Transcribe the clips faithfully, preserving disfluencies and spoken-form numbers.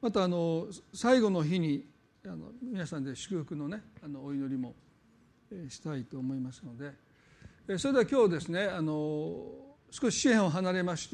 またあの最後の日にあの皆さんで祝福のねあのお祈りもしたいと思いますので、それでは今日ですねあの少し詩篇を離れまして、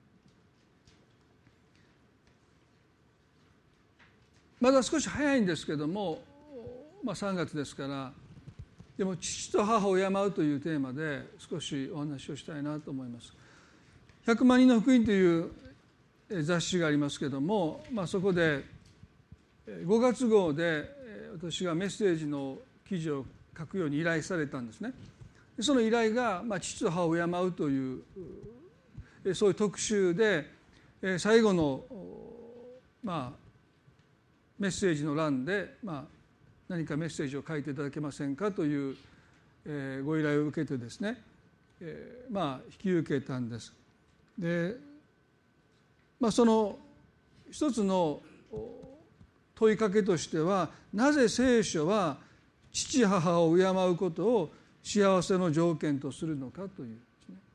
まだ少し早いんですけども、まあ、さんがつですから、でも父と母を敬うというテーマで少しお話をしたいなと思います。ひゃくまん人の福音という雑誌がありますけども、まあ、そこでごがつ号で私がメッセージの記事を書くように依頼されたんですね。その依頼が、まあ、父と母を敬うというそういう特集で、最後の、まあ、メッセージの欄で、まあ、何かメッセージを書いていただけませんかという、えー、ご依頼を受けてですね、えー、まあ引き受けたんです。で、まあ、その一つの問いかけとしては、なぜ聖書は父母を敬うことを幸せの条件とするのかというですね、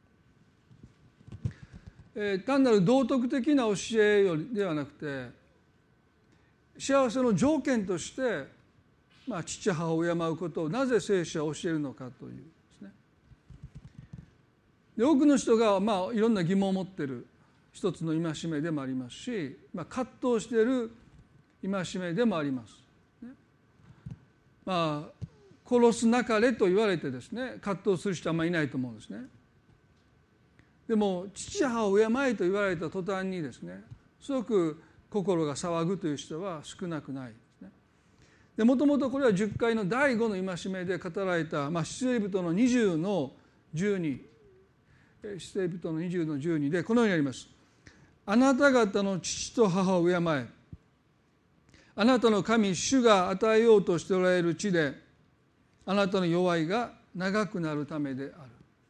えー、単なる道徳的な教えよりではなくて、幸せの条件として、まあ、父母を敬うことをなぜ聖書は教えるのかというですね。で、多くの人が、まあ、いろんな疑問を持っている一つの戒めでもありますし、まあ、葛藤している戒めでもあります、ね。まあ、殺すなかれと言われてですね、葛藤する人はあんまりいないと思うんですね。でも父母を敬いと言われた途端にですね、すごく心が騒ぐという人は少なくないですね。で、もともとこれはじゅっかいのだいごの戒めで語られた、まあ、出エジプトのにじゅうのじゅうに、出エジプトのにじゅうのじゅうにでこのようにあります。あなた方の父と母を敬え、あなたの神主が与えようとしておられる地であなたの弱いが長くなるためである。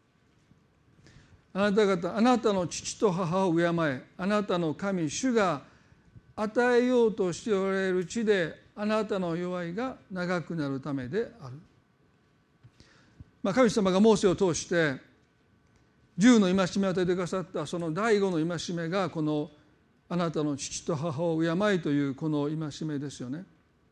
あなた方、あなたの父と母を敬え、あなたの神主が与えようとしておられる地であなたの弱いが長くなるためである。まあ、神様がモーセを通して十の戒めを与えてくださったその第五の戒めがこのあなたの父と母を敬いというこの戒めですよね。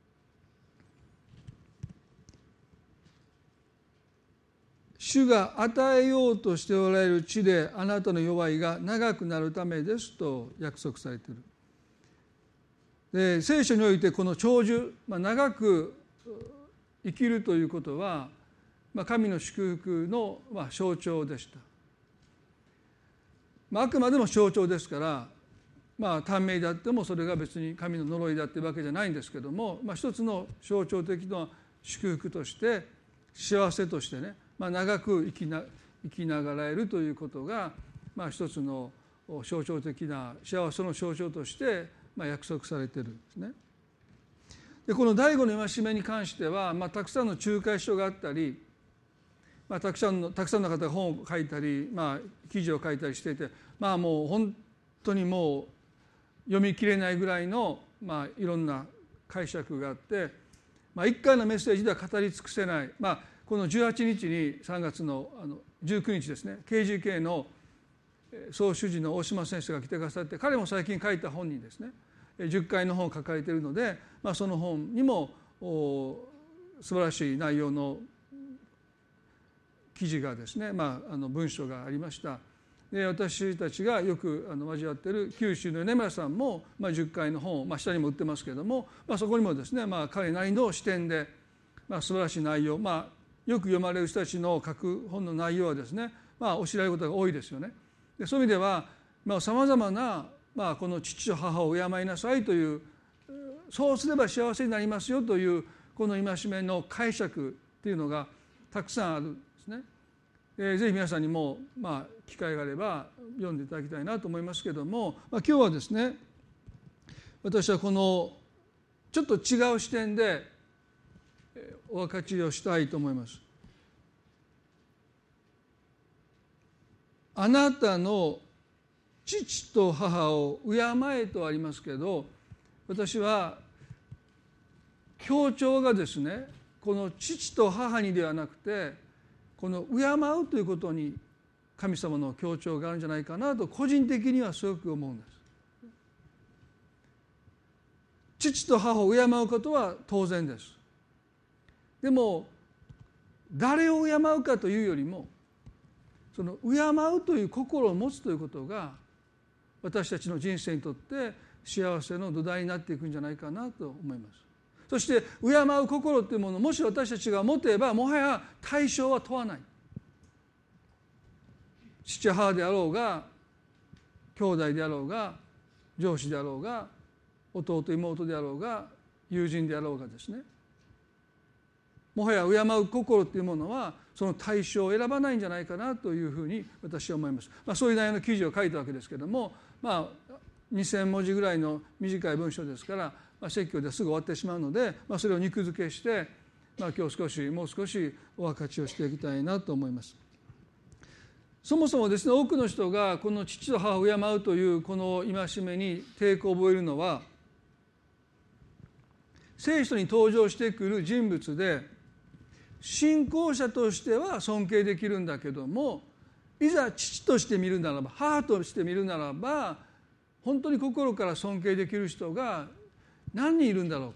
主が与えようとしておられる地であなたの弱いが長くなるためですと約束されている。で、聖書においてこの長寿、まあ、長く生きるということは、まあ、神の祝福の、まあ、象徴でした。まあ、あくまでも象徴ですから、まあ、短命であってもそれが別に神の呪いだっていうわけじゃないんですけども、まあ、一つの象徴的な祝福として幸せとしてね、まあ、長く生きな、生きながらえるということが、まあ、一つの象徴的な幸せの象徴としてまあ約束されているんですね。で、この第五の戒めに関しては、まあ、たくさんの仲介書があったり、まあ、たくさんのたくさんの方が本を書いたり、まあ、記事を書いたりしていて、まあ、もう本当にもう読み切れないぐらいの、まあ、いろんな解釈があって、まあ、一回のメッセージでは語り尽くせない、まあ、このじゅうはちにちにさんがつ の, あのじゅうくにちですね、 ケージーケー の総主事の大島先生が来てくださって、彼も最近書いた本にですねじゅっかいの本を書かれているので、まあ、その本にも素晴らしい内容の記事がですね、まあ、あの文章がありました。で、私たちがよくあの交わっている九州の米村さんも、まあ、じゅっかいの本を、まあ、下にも売ってますけれども、まあ、そこにもですね、まあ、彼なりの視点で、まあ、素晴らしい内容、まあ、よく読まれる人たちの書く本の内容はですね、まあ、教えられることが多いですよね。で、そういう意味ではさまざ、まな、まあ、この父と母を敬いなさいという、そうすれば幸せになりますよというこの戒めの解釈というのがたくさんあるんですね。えー、ぜひ皆さんにも、まあ、機会があれば読んでいただきたいなと思いますけれども、まあ、今日はですね、私はこのちょっと違う視点でお分かちをしたいと思います。あなたの父と母を敬えとありますけど、私は強調がですね、この父と母にではなくて、この敬うということに神様の強調があるんじゃないかなと個人的にはすごく思うんです。 父と母を敬うことは当然です。でも誰を敬うかというよりも、その敬うという心を持つということが私たちの人生にとって幸せの土台になっていくんじゃないかなと思います。そして敬う心というものをもし私たちが持てば、もはや対象は問わない。父母であろうが、兄弟であろうが、上司であろうが、弟妹であろうが、友人であろうがですね、もはや敬う心というものはその対象を選ばないんじゃないかなというふうに私は思います。まあ、そういう内容の記事を書いたわけですけれども、まあ、にせん文字ぐらいの短い文章ですから、まあ、説教ですぐ終わってしまうので、まあ、それを肉付けして、まあ、今日少しもう少しお分かちをしていきたいなと思います。そもそもですね、多くの人がこの父と母を敬うというこの戒めに抵抗を覚えるのは、聖書に登場してくる人物で信仰者としては尊敬できるんだけども、いざ父として見るならば、母として見るならば、本当に心から尊敬できる人が何人いるんだろうか。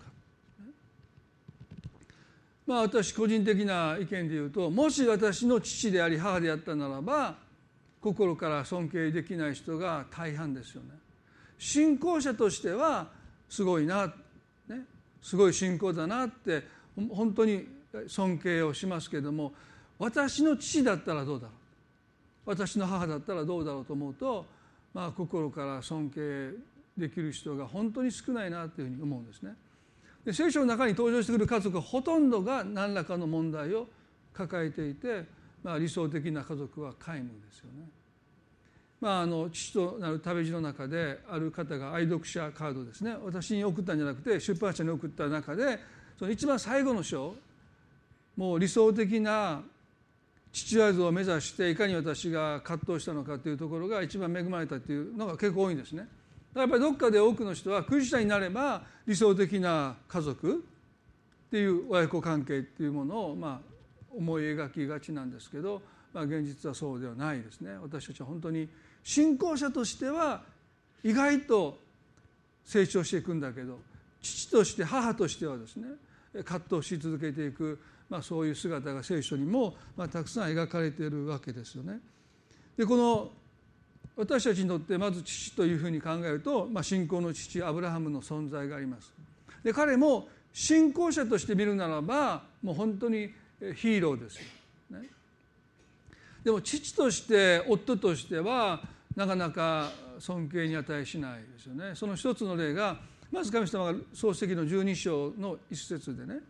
まあ私個人的な意見で言うと、もし私の父であり母であったならば、心から尊敬できない人が大半ですよね。信仰者としてはすごいな、ね、すごい信仰だなって本当に尊敬をしますけれども、私の父だったらどうだろう、私の母だったらどうだろうと思うと、まあ、心から尊敬できる人が本当に少ないなというふうに思うんですね。で、聖書の中に登場してくる家族ほとんどが何らかの問題を抱えていて、まあ、理想的な家族は皆無ですよね。まあ、あの父となる旅路の中である方が愛読者カードですね、私に送ったんじゃなくて出版社に送った中で、その一番最後の章、もう理想的な父親像を目指していかに私が葛藤したのかというところが一番恵まれたというのが結構多いんですね。やっぱりどっかで多くの人はクリスチャンになれば理想的な家族っていう親子関係っていうものをまあ思い描きがちなんですけど、まあ、現実はそうではないですね。私たちは本当に信仰者としては意外と成長していくんだけど、父として母としてはですね、葛藤し続けていく、まあ、そういう姿が聖書にもまあたくさん描かれているわけですよね。で、この私たちにとってまず父というふうに考えると、まあ、信仰の父アブラハムの存在があります。で、彼も信仰者として見るならばもう本当にヒーローですよ、ね。でも父として夫としてはなかなか尊敬に値しないですよね。その一つの例が、まず神様が創世記のじゅうに章の一節でね、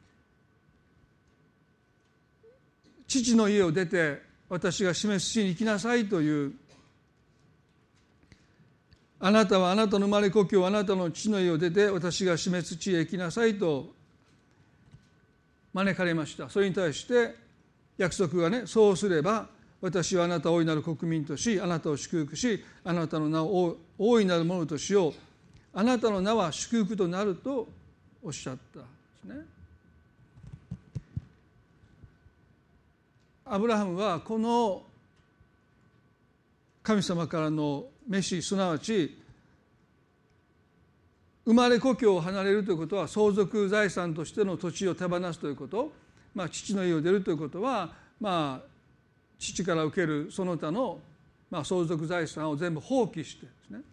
父の家を出て私が示す地に行きなさいという、あなたはあなたの生まれ故郷、あなたの父の家を出て私が示す地へ行きなさいと招かれました。それに対して約束がね、そうすれば私はあなたを大いなる国民とし、あなたを祝福し、あなたの名を大いなるものとしよう、あなたの名は祝福となるとおっしゃったんですね。アブラハムはこの神様からの召し、すなわち生まれ故郷を離れるということは相続財産としての土地を手放すということ、まあ、父の家を出るということは、まあ、父から受けるその他の、まあ、相続財産を全部放棄してですね、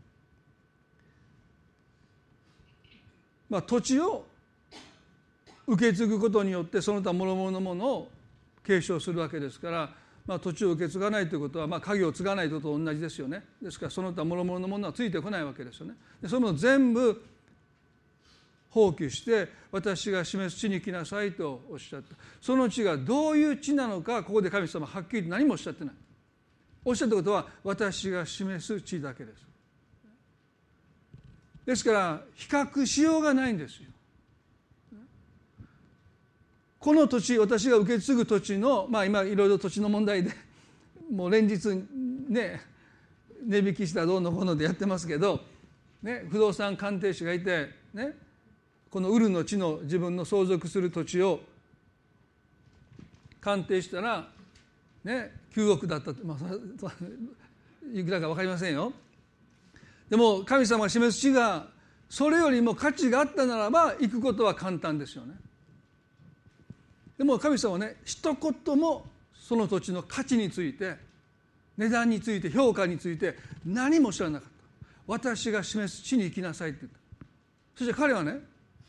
まあ、土地を受け継ぐことによってその他諸々のものを継承するわけですから、まあ、土地を受け継がないということは、まあ、家業を継がないことと同じですよね。ですからその他諸々のものはついてこないわけですよね。で、その全部放棄して私が示す地に行きなさいとおっしゃった。その地がどういう地なのか、ここで神様ははっきり何もおっしゃってない。おっしゃったことは私が示す地だけです。ですから比較しようがないんですよ。この土地、私が受け継ぐ土地の、まあ今いろいろ土地の問題でもう連日ね値引きしたどうのこうのでやってますけど、ね、不動産鑑定士がいてね、このウルの地の自分の相続する土地を鑑定したらねきゅうおくだったって、まあ、いくらか分かりませんよ。でも神様が示す地がそれよりも価値があったならば行くことは簡単ですよね。でも神様はね、一言もその土地の価値について、値段について、評価について何も知らなかった。私が示す地に行きなさいって言った。そして彼はね、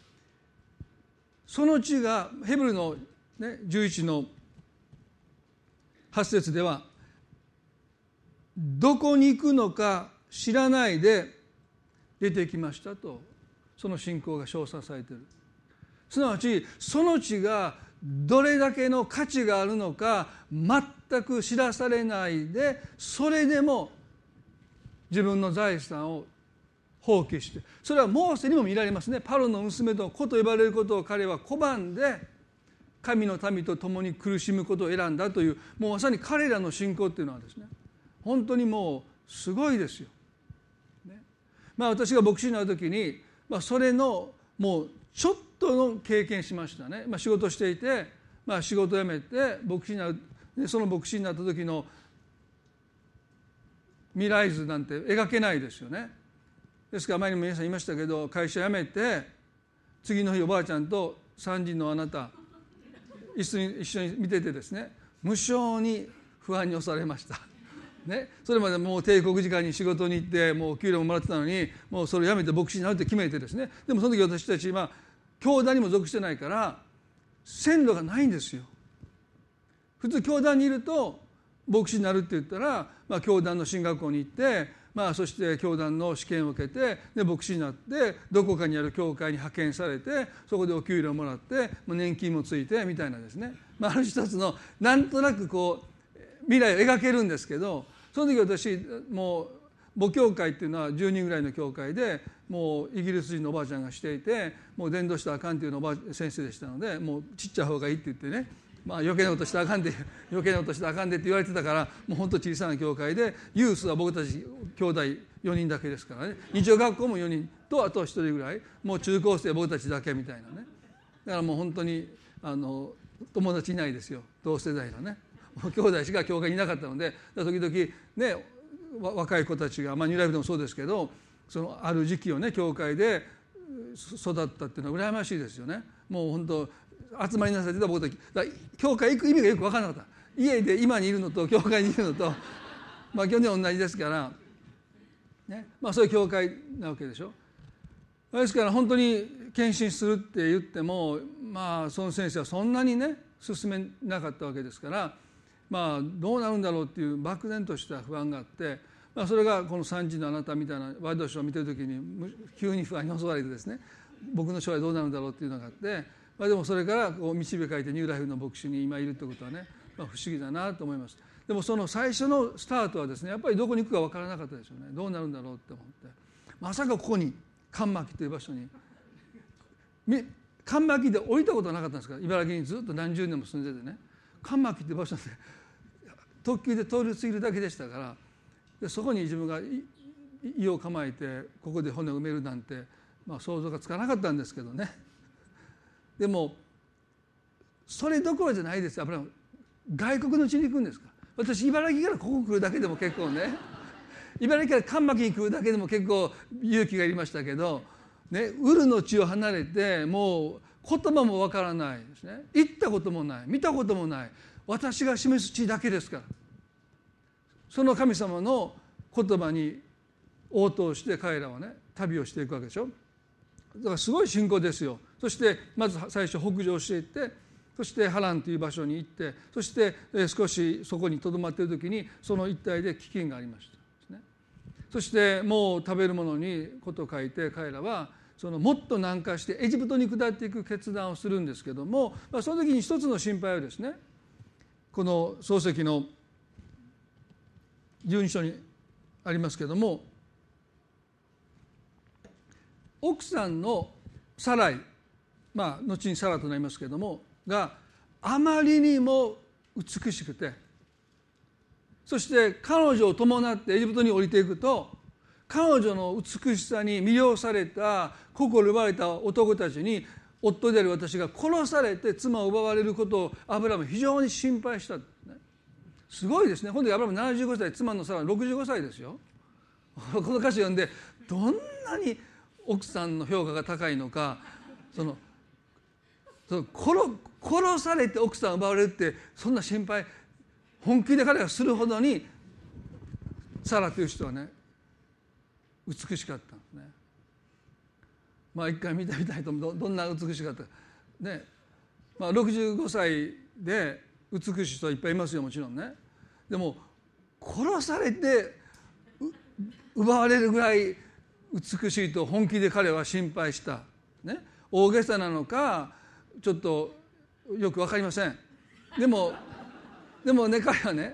その地がヘブルの、ね、じゅういちのはち節では、どこに行くのか知らないで出てきましたと、その信仰が称賛されている。すなわちその地がどれだけの価値があるのか全く知らされないで、それでも自分の財産を放棄して、それはモーセにも見られますね。パロの娘と子と呼ばれることを彼は拒んで神の民と共に苦しむことを選んだという、もうまさに彼らの信仰っていうのはですね、本当にもうすごいですよ、ね。まあ、私が牧師になる時に、まあ、それのもうちょっとの経験しましたね。まあ、仕事していて、まあ、仕事を辞めて牧師になる、その牧師になった時の未来図なんて描けないですよね。ですから前にも皆さん言いましたけど、会社辞めて次の日おばあちゃんとさんじのあなた一緒に一緒に見ててですね、無性に不安に押されました、ね、それまでもう帝国時間に仕事に行ってもう給料ももらってたのに、もうそれを辞めて牧師になるって決めてですね、でもその時私たちは教団にも属してないから線路がないんですよ。普通教団にいると牧師になるって言ったら、まあ、教団の進学校に行って、まあ、そして教団の試験を受けて、で牧師になってどこかにある教会に派遣されて、そこでお給料をもらって年金もついてみたいなですね、まあ、ある一つのなんとなくこう未来を描けるんですけど、その時私もう母教会っていうのはじゅうにんぐらいの教会で、もうイギリス人のおばあちゃんがしていて、もう伝道したらあかんっていうのおばあ先生でしたので、もうちっちゃい方がいいって言ってね、まあ、余計なことしたらあかんで余計なことしたらあかんでって言われてたから、もう本当小さな教会で、ユースは僕たち兄弟よにんだけですからね、日曜学校もよにんと、あとひとりぐらい、もう中高生僕たちだけみたいなね。だからもう本当にあの友達いないですよ、同世代のね。兄弟しか教会にいなかったので、時々ね、若い子たちが、まあ、ニューライフでもそうですけど、そのある時期をね教会で育ったっていうのは羨ましいですよね。もう本当集まりなさいって言ったら僕たちだ教会行く意味がよく分からなかった。家で今にいるのと教会にいるのとまあ基本的に同じですから、ね、まあそういう教会なわけでしょ。ですから本当に献身するって言っても、まあその先生はそんなにね進めなかったわけですから、まあどうなるんだろうっていう漠然とした不安があって、まあ、それがこのさんじのあなたみたいなワイドショーを見てる時に急に不安に襲われてですね、僕の将来どうなるんだろうっていうのがあって、まあ、でもそれからこう導かれてニューライフの牧師に今いるということはね、まあ、不思議だなと思います。でもその最初のスタートはですね、やっぱりどこに行くか分からなかったでしょうね。どうなるんだろうって思って、まさかここに神巻という場所に、神巻で降りたことはなかったんですから、茨城にずっと何十年も住んでてね、神巻という場所で特急で通り過ぎるだけでしたから、でそこに自分が意を構えてここで骨を埋めるなんて、まあ、想像がつかなかったんですけどね。でもそれどころじゃないですよ。やっぱり外国の地に行くんですか。私茨城からここ来るだけでも結構ね、茨城から神巻に来るだけでも結構勇気がいりましたけど、ね、ウルの地を離れてもう言葉もわからないですね、行ったこともない、見たこともない、私が示す地だけですから、その神様の言葉に応答して彼らはね旅をしていくわけでしょ。だからすごい信仰ですよ。そしてまず最初北上していって、そしてハランという場所に行って、そして少しそこにとどまっている時にその一帯で飢饉がありました、ね、そしてもう食べるものにことを書いて、彼らはそのもっと南下してエジプトに下っていく決断をするんですけども、まあ、その時に一つの心配はですね、この漱石のじゅうに章にありますけども、奥さんのサライ、まあ後にサラとなりますけれどもがあまりにも美しくて、そして彼女を伴ってエジプトに降りていくと、彼女の美しさに魅了された心奪われた男たちに夫である私が殺されて妻を奪われることをアブラム非常に心配したんですね。すごいですね。本当にアブラムななじゅうごさい、妻のサラろくじゅうごさいですよ。この歌詞を読んで、どんなに奥さんの評価が高いのか、そのその 殺, 殺されて奥さん奪われるってそんな心配本気で彼がするほどにサラという人はね美しかったんですね。まあ一回見てみたいとどどんな美しかったね。まあろくじゅうごさいで美しい人はいっぱいいますよ、もちろんね。でも殺されて奪われるぐらい美しいと本気で彼は心配した、ね、大げさなのかちょっとよく分かりません。でもでもね、彼はね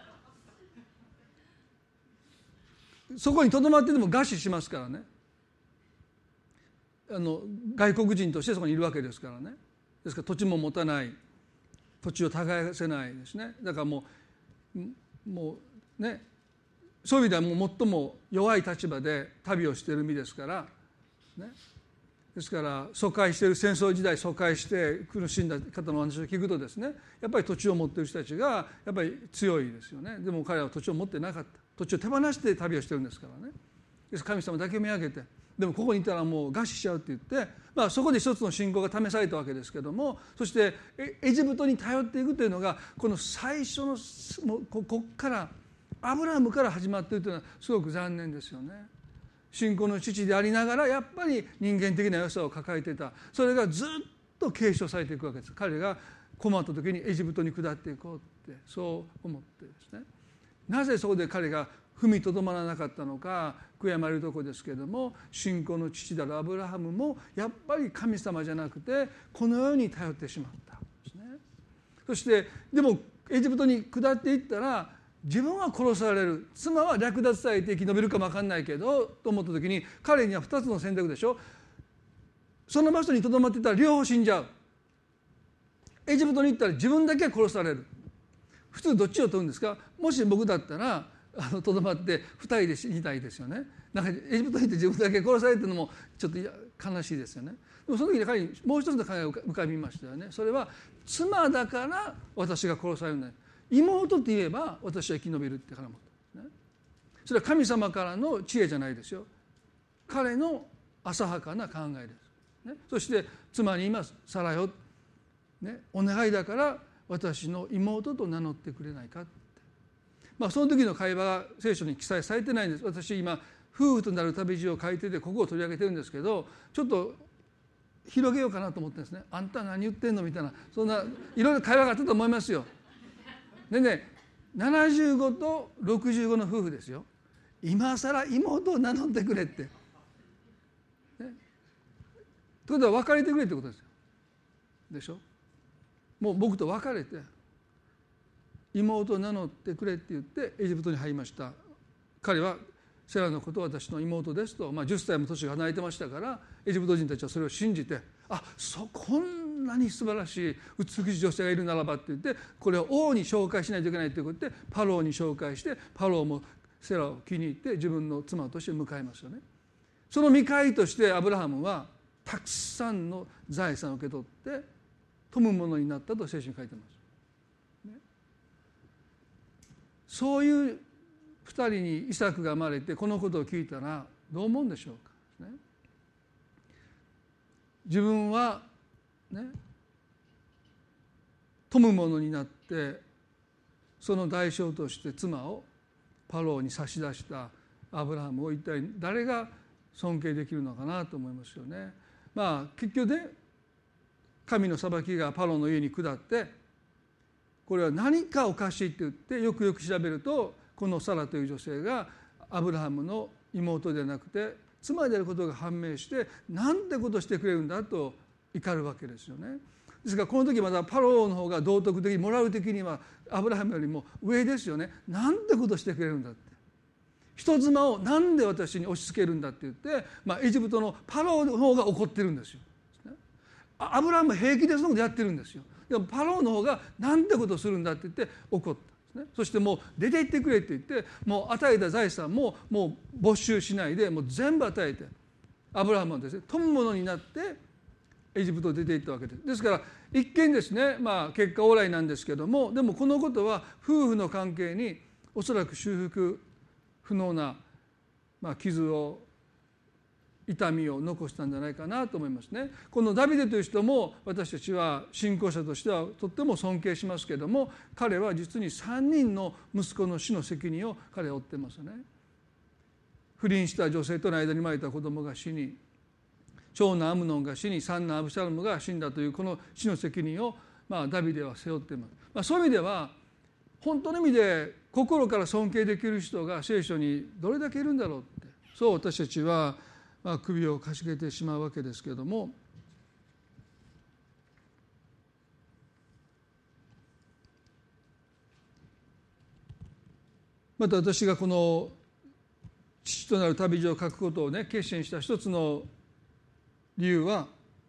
そこにとどまってでも餓死しますからね。あの外国人としてそこにいるわけですからね。ですから土地も持たない、土地を耕せないですね。だからもうもうね、そういう意味ではもう最も弱い立場で旅をしている身ですから、ね、ですから疎開している戦争時代疎開して苦しんだ方の話を聞くとですね、やっぱり土地を持っている人たちがやっぱり強いですよね。でも彼は土地を持ってなかった。土地を手放して旅をしてるんですからね。ですから神様だけ見上げて、でもここにいたらもう餓死しちゃうって言って、まあ、そこで一つの信仰が試されたわけですけども、そしてエジプトに頼っていくというのがこの最初のもうここからアブラハムから始まっているというのはすごく残念ですよね。信仰の父でありながらやっぱり人間的な良さを抱えていた。それがずっと継承されていくわけです。彼が困った時にエジプトに下っていこうってそう思ってですね。なぜそこで彼が踏みとどまらなかったのか悔やまれるところですけれども、信仰の父であるアブラハムもやっぱり神様じゃなくてこの世に頼ってしまったんですね。そしてでもエジプトに下っていったら自分は殺される、妻は略奪されて生き延びるかも分かんないけどと思った時に彼にはふたつの選択でしょ。その場所にとどまっていたら両方死んじゃう。エジプトに行ったら自分だけ殺される。普通どっちを取るんですか。もし僕だったらとどまってふたりで死にたいですよね。なんかエジプトに行って自分だけ殺されてるのもちょっと悲しいですよね。でもその時に彼にもう一つの考えが浮かびましたよね。それは妻だから私が殺されるんだ。妹って言えば私は生き延びるってからも、ね、それは神様からの知恵じゃないですよ。彼の浅はかな考えです、ね、そして妻に言います。サラよ、ね、お願いだから私の妹と名乗ってくれないかって、まあ、その時の会話が聖書に記載されてないんです。私今夫婦となる旅路を書いててここを取り上げてるんですけど、ちょっと広げようかなと思ってるんですね。あんた何言ってんのみたいな、そんないろいろ会話があったと思いますよ。でね、ななじゅうごとろくじゅうごの夫婦ですよ。今更妹を名乗ってくれって、ね、ということは別れてくれってことですよ。でしょ。もう僕と別れて妹を名乗ってくれって言ってエジプトに入りました。彼はセラのことを私の妹ですと、まあ、じゅっさいも年が離れてましたからエジプト人たちはそれを信じて、あ、そこんなに素晴らしい美しい女性がいるならばって言ってこれを王に紹介しないといけないということでパローに紹介してパローもセラを気に入って自分の妻として迎えますよね。その見返りとしてアブラハムはたくさんの財産を受け取って富むものになったと聖書に書いてます、ね、そういうふたりにイサクが生まれてこのことを聞いたらどう思うんでしょうか、ね、自分はね富むものになってその代償として妻をパローに差し出したアブラハムを一体誰が尊敬できるのかなと思いますよね。まあ結局ね、神の裁きがパローの家に下ってこれは何かおかしいって言ってよくよく調べるとこのサラという女性がアブラハムの妹ではなくて妻であることが判明してなんてことしてくれるんだと怒るわけですよね。ですからこの時まだパローの方が道徳的モラル的にはアブラハムよりも上ですよね。なんてことしてくれるんだって、人妻をなんで私に押し付けるんだって言って、まあ、エジプトのパローの方が怒ってるんですよ。アブラハム平気でそのことやってるんですよ。でもパローの方がなんてことするんだって言って怒ったんですね。そしてもう出て行ってくれって言ってもう与えた財産ももう没収しないでもう全部与えてアブラハムはですね富むものになってエジプトを出て行ったわけです。ですから一見ですね、まあ結果オーライなんですけども、でもこのことは夫婦の関係におそらく修復不能な、まあ、傷を痛みを残したんじゃないかなと思いますね。このダビデという人も私たちは信仰者としてはとっても尊敬しますけれども、彼は実にさんにんの息子の死の責任を彼は負ってますね。不倫した女性との間に生まれた子供が死に、長男アムノンが死に、三男アブシャロムが死んだというこの死の責任を、まあ、ダビデは背負っています。まあ、そういう意味では本当の意味で心から尊敬できる人が聖書にどれだけいるんだろうって、そう私たちはまあ首をかしげてしまうわけですけれども、また私がこの父となる旅路を書くことをね決心した一つの理由は、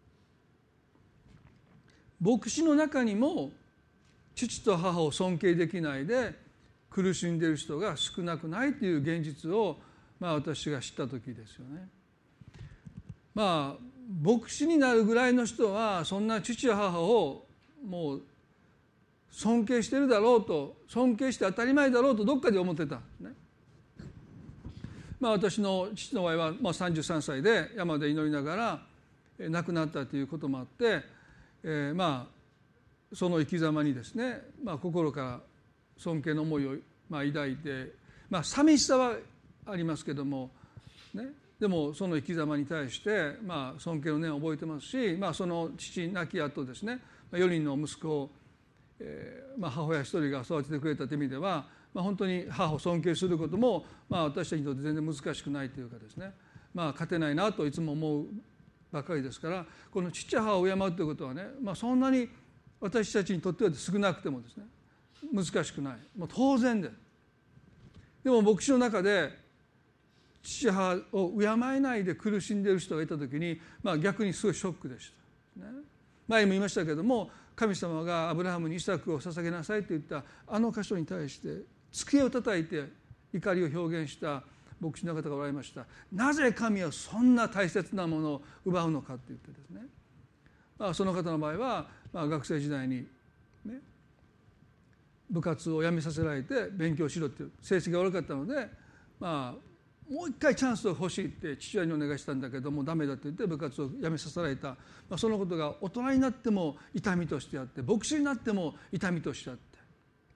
牧師の中にも父と母を尊敬できないで苦しんでいる人が少なくないという現実を、まあ、私が知った時ですよね。まあ牧師になるぐらいの人はそんな父や母をもう尊敬しているだろうと、尊敬して当たり前だろうとどっかで思ってたんですね。まあ、私の父の場合はまあさんじゅうさんさいで山で祈りながら亡くなったということもあって、えー、まあその生き様にですね、まあ、心から尊敬の思いをまあ抱いて、まあ寂しさはありますけどもね、でもその生き様に対してまあ尊敬の念を覚えてますし、まあ、その父亡き後ですねよにんの息子を、えーまあ、母親一人が育ててくれたという意味では、まあ、本当に母を尊敬することも、まあ、私たちにとって全然難しくないというかですね、まあ、勝てないなといつも思うばかりですから、この父母を敬うということはね、まあ、そんなに私たちにとっては少なくてもですね難しくない、もう当然で。でも牧師の中で父母を敬えないで苦しんでいる人がいた時に、まあ、逆にすごいショックでした、ね、前にも言いましたけれども、神様がアブラハムにイサクを捧げなさいと言ったあの箇所に対して机を叩いて怒りを表現した牧師の方がおられました。なぜ神はそんな大切なものを奪うのかって言ってですね、まあ、その方の場合は、まあ、学生時代に、ね、部活を辞めさせられて勉強しろっていう成績が悪かったので、まあもう一回チャンスが欲しいって父親にお願いしたんだけどもダメだと言って部活を辞めさせられた、まあ、そのことが大人になっても痛みとしてあって、牧師になっても痛みとしてあって、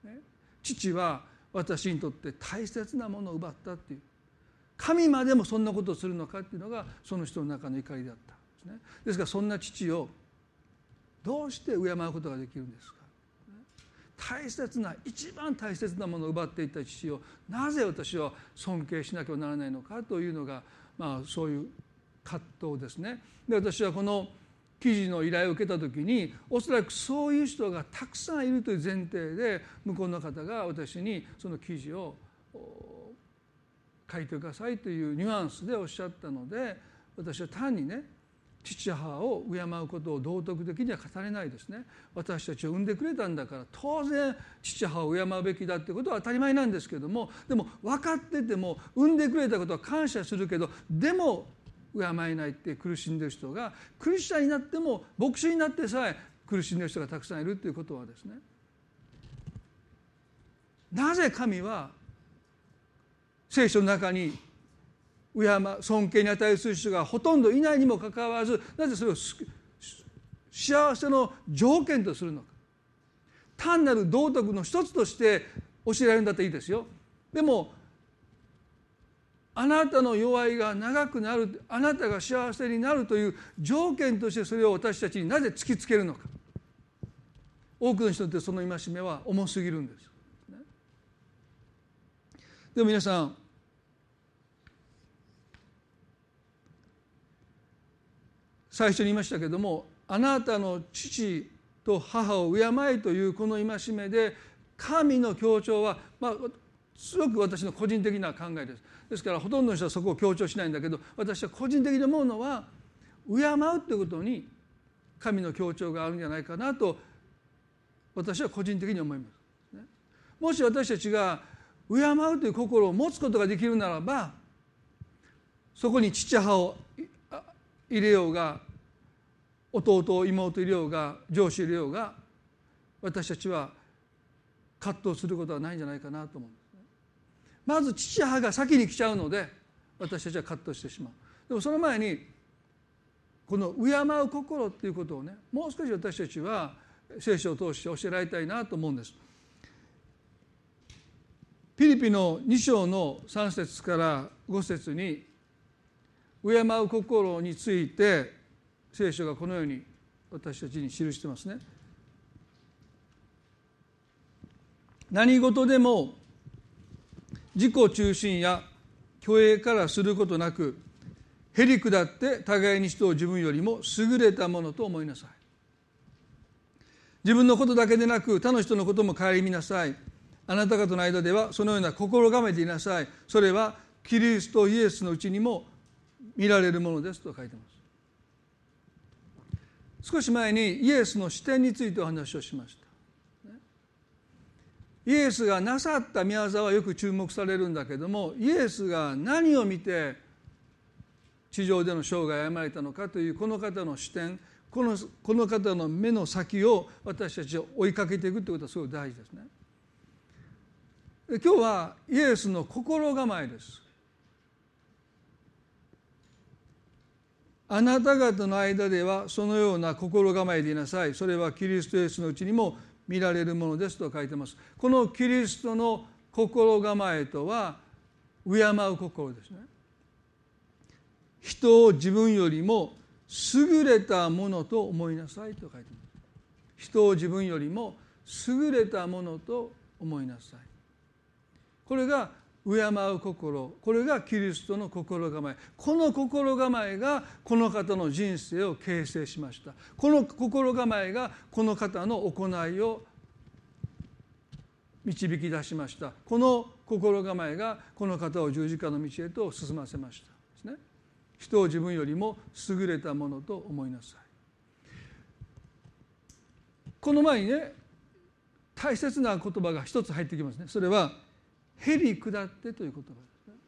ね、父は私にとって大切なものを奪ったっていう、神までもそんなことをするのかっていうのがその人の中の怒りだったんですね。ですからそんな父をどうして敬うことができるんですか。大切な一番大切なものを奪っていった父をなぜ私は尊敬しなければならないのかというのが、まあ、そういう葛藤ですね。で私はこの記事の依頼を受けた時におそらくそういう人がたくさんいるという前提で向こうの方が私にその記事を書いてくださいというニュアンスでおっしゃったので、私は単にね父母を敬うことを道徳的には語れないですね。私たちを産んでくれたんだから当然父母を敬うべきだということは当たり前なんですけども、でも分かってても産んでくれたことは感謝するけどでも敬えないって苦しんでいる人がクリスチャンになっても牧師になってさえ苦しんでいる人がたくさんいるということはですね、なぜ神は聖書の中に敬う尊敬に値する人がほとんどいないにもかかわらず、なぜそれを幸せの条件とするのか。単なる道徳の一つとして教えられるんだったらいいですよ。でもあなたの弱いが長くなる、あなたが幸せになるという条件としてそれを私たちになぜ突きつけるのか。多くの人にとってその戒めは重すぎるんです。でも皆さん、最初に言いましたけれども、あなたの父と母を敬えというこの戒めで神の強調は、まあ、すごく私の個人的な考えです。ですからほとんどの人はそこを強調しないんだけど、私は個人的に思うのは敬うということに神の強調があるんじゃないかなと私は個人的に思います、ね、もし私たちが敬うという心を持つことができるならば、そこに父母を入れようが弟妹入れようが上司入れようが、私たちは葛藤することはないんじゃないかなと思うんですね。まず父母が先に来ちゃうので私たちは葛藤してしまう。 でもその前にこの敬う心っていうことをね、もう少し私たちは聖書を通して教えられたいなと思うんです。ピリピのに章のさん節からご節に敬う心について聖書がこのように私たちに記してますね。何事でも自己中心や虚栄からすることなく、へり下って互いに人を自分よりも優れたものと思いなさい。自分のことだけでなく他の人のことも顧みなさい。あなた方の間ではそのような心構えでいなさい。それはキリストイエスのうちにも見られるものですと書いてます。少し前にイエスの視点についてお話をしました。イエスがなさった御業はよく注目されるんだけども、イエスが何を見て地上での生涯を歩まれたのかというこの方の視点、この、この方の目の先を私たちは追いかけていくということはすごい大事ですね。で今日はイエスの心構えです。あなた方の間ではそのような心構えでいなさい。それはキリストイエスのうちにも見られるものですと書いてます。このキリストの心構えとは敬う心ですね。人を自分よりも優れたものと思いなさいと書いてます。人を自分よりも優れたものと思いなさい。これが敬う心、これがキリストの心構え。この心構えがこの方の人生を形成しました。この心構えがこの方の行いを導き出しました。この心構えがこの方を十字架の道へと進ませましたですね。人を自分よりも優れたものと思いなさい。この前にね、大切な言葉が一つ入ってきますね。それはへり下ってという言葉ですね。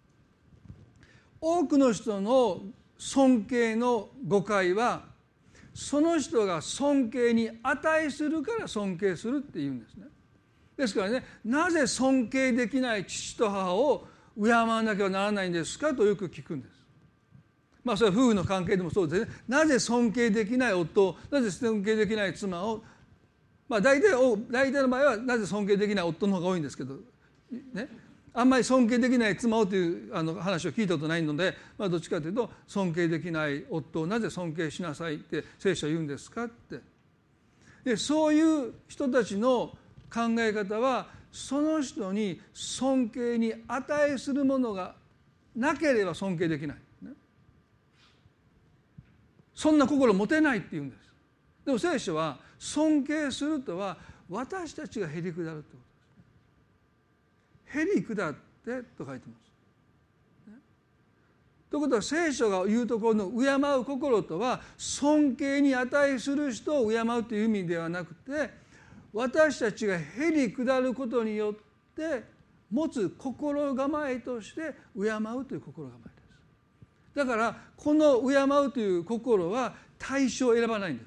多くの人の尊敬の誤解は、その人が尊敬に値するから尊敬するっていうんですね。ですからね、なぜ尊敬できない父と母を敬わなきゃならないんですかとよく聞くんです。まあそれは夫婦の関係でもそうですね。なぜ尊敬できない夫を、なぜ尊敬できない妻を、まあ大体大体の場合はなぜ尊敬できない夫の方が多いんですけどね、あんまり尊敬できない妻をというあの話を聞いたことないので、まあ、どっちかというと尊敬できない夫をなぜ尊敬しなさいって聖書は言うんですかって。でそういう人たちの考え方は、その人に尊敬に値するものがなければ尊敬できない、ね、そんな心持てないって言うんです。でも聖書は尊敬するとは私たちがへり下るってこと。へり下ってと書いてます。ということは聖書が言うところの敬う心とは、尊敬に値する人を敬うという意味ではなくて、私たちがへり下ることによって持つ心構えとして敬うという心構えです。だからこの敬うという心は対象を選ばないんです。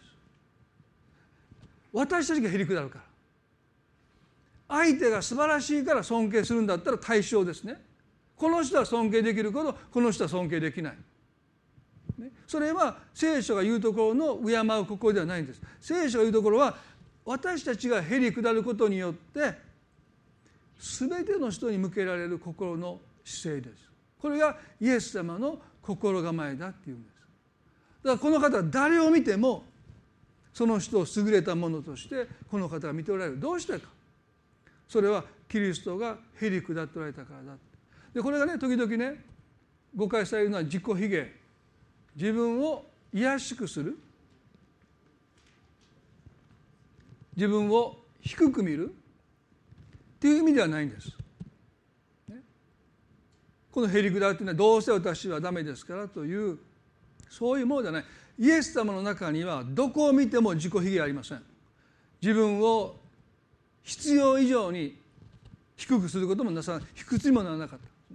私たちがへり下るから。相手が素晴らしいから尊敬するんだったら対象ですね。この人は尊敬できるけどこの人は尊敬できない、ね、それは聖書が言うところの敬う心ではないんです。聖書が言うところは、私たちがへり下ることによって全ての人に向けられる心の姿勢です。これがイエス様の心構えだっていうんです。だからこの方は誰を見てもその人を優れたものとしてこの方が見ておられる。どうしてか。それはキリストがへり下っておられたからだ。でこれがね、時々ね誤解されるのは自己卑下、自分を卑しくする、自分を低く見るっていう意味ではないんです、ね、このへり下っていうのはどうせ私はダメですからというそういうものではない。イエス様の中にはどこを見ても自己卑下はありません。自分を必要以上に低くすることもなさない、卑屈にもならなかったんですね。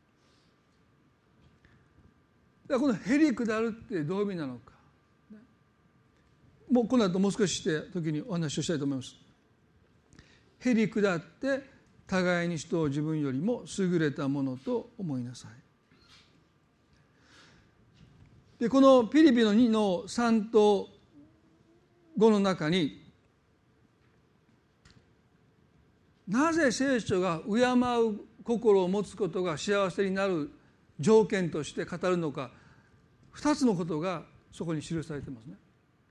だからこのへり下るってどういう意味なのか、もうこの後もう少しして時にお話をしたいと思います。へり下って互いに人を自分よりも優れたものと思いなさい。 でこのピリピのにのさんとごの中に、なぜ聖書が敬う心を持つことが幸せになる条件として語るのか、ふたつのことがそこに記されていますね。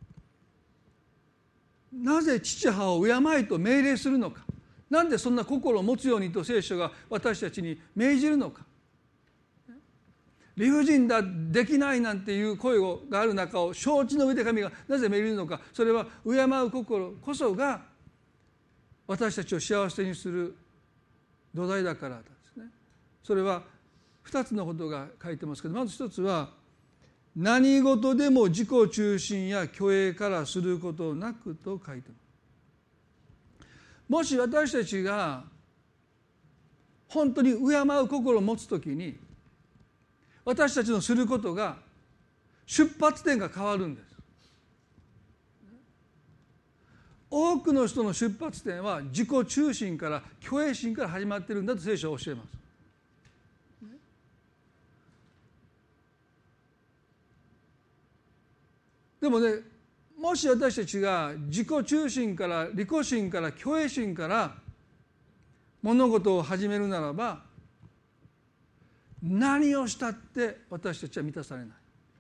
なぜ父母を敬いと命令するのか、なんでそんな心を持つようにと聖書が私たちに命じるのか。理不尽だ、できないなんていう声がある中を承知の上で神がなぜ命じるのか。それは敬う心こそが私たちを幸せにする土台だからですね。それはふたつのことが書いてますけど、まずひとつは、何事でも自己中心や虚栄からすることなくと書いてます。もし私たちが本当に敬う心を持つときに、私たちのすることが出発点が変わるんです。多くの人の出発点は自己中心から虚栄心から始まっているんだと聖書は教えます。でもね、もし私たちが自己中心から利己心から虚栄心から物事を始めるならば、何をしたって私たちは満たされない。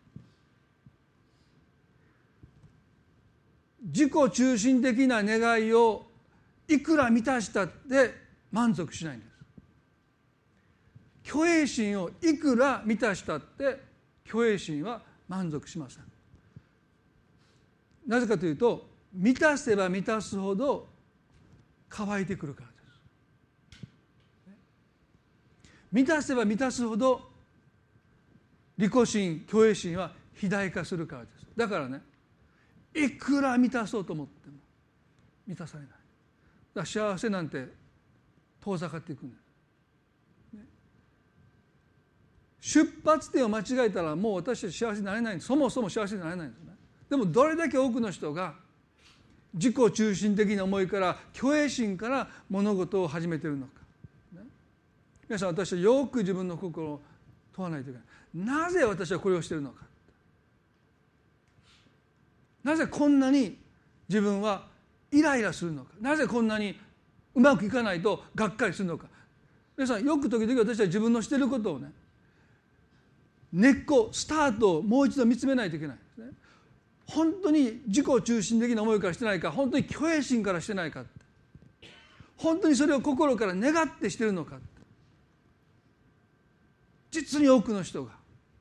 自己中心的な願いをいくら満たしたって満足しないんです。虚栄心をいくら満たしたって虚栄心は満足しません。なぜかというと、満たせば満たすほど乾いてくるからです。満たせば満たすほど利己心、虚栄心は肥大化するからです。だからね、いくら満たそうと思っても満たされない。だから幸せなんて遠ざかっていくんです、ね、出発点を間違えたらもう私たち幸せになれないんです。そもそも幸せになれないんですね。でもどれだけ多くの人が自己中心的な思いから虚栄心から物事を始めているのか、ね、皆さん、私はよく自分の心を問わないといけない。なぜ私はこれをしているのか、なぜこんなに自分はイライラするのか、なぜこんなにうまくいかないとがっかりするのか。皆さん、よく時々私は自分のしていることをね、根っこスタートをもう一度見つめないといけないんですね。本当に自己中心的な思いからしてないか、本当に虚栄心からしてないか、本当にそれを心から願ってしているのか。実に多くの人が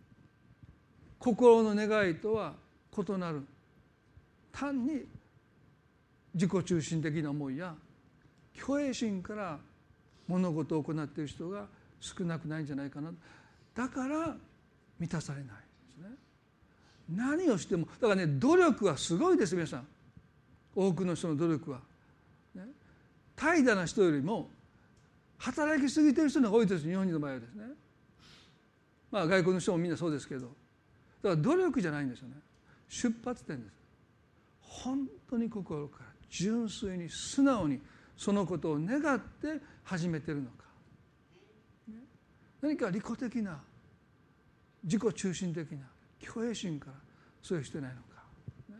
心の願いとは異なる、単に自己中心的な思いや虚栄心から物事を行っている人が少なくないんじゃないかな。だから満たされないですね。何をしてもだからね、努力はすごいです。皆さん、多くの人の努力は、ね、怠惰な人よりも働きすぎている人の方が多いです。日本人の場合はですね。まあ外国の人もみんなそうですけど、だから努力じゃないんですよね。出発点です。本当に心から純粋に素直にそのことを願って始めているのか、ね、何か利己的な自己中心的な虚栄心からそういうしてないのか、ね、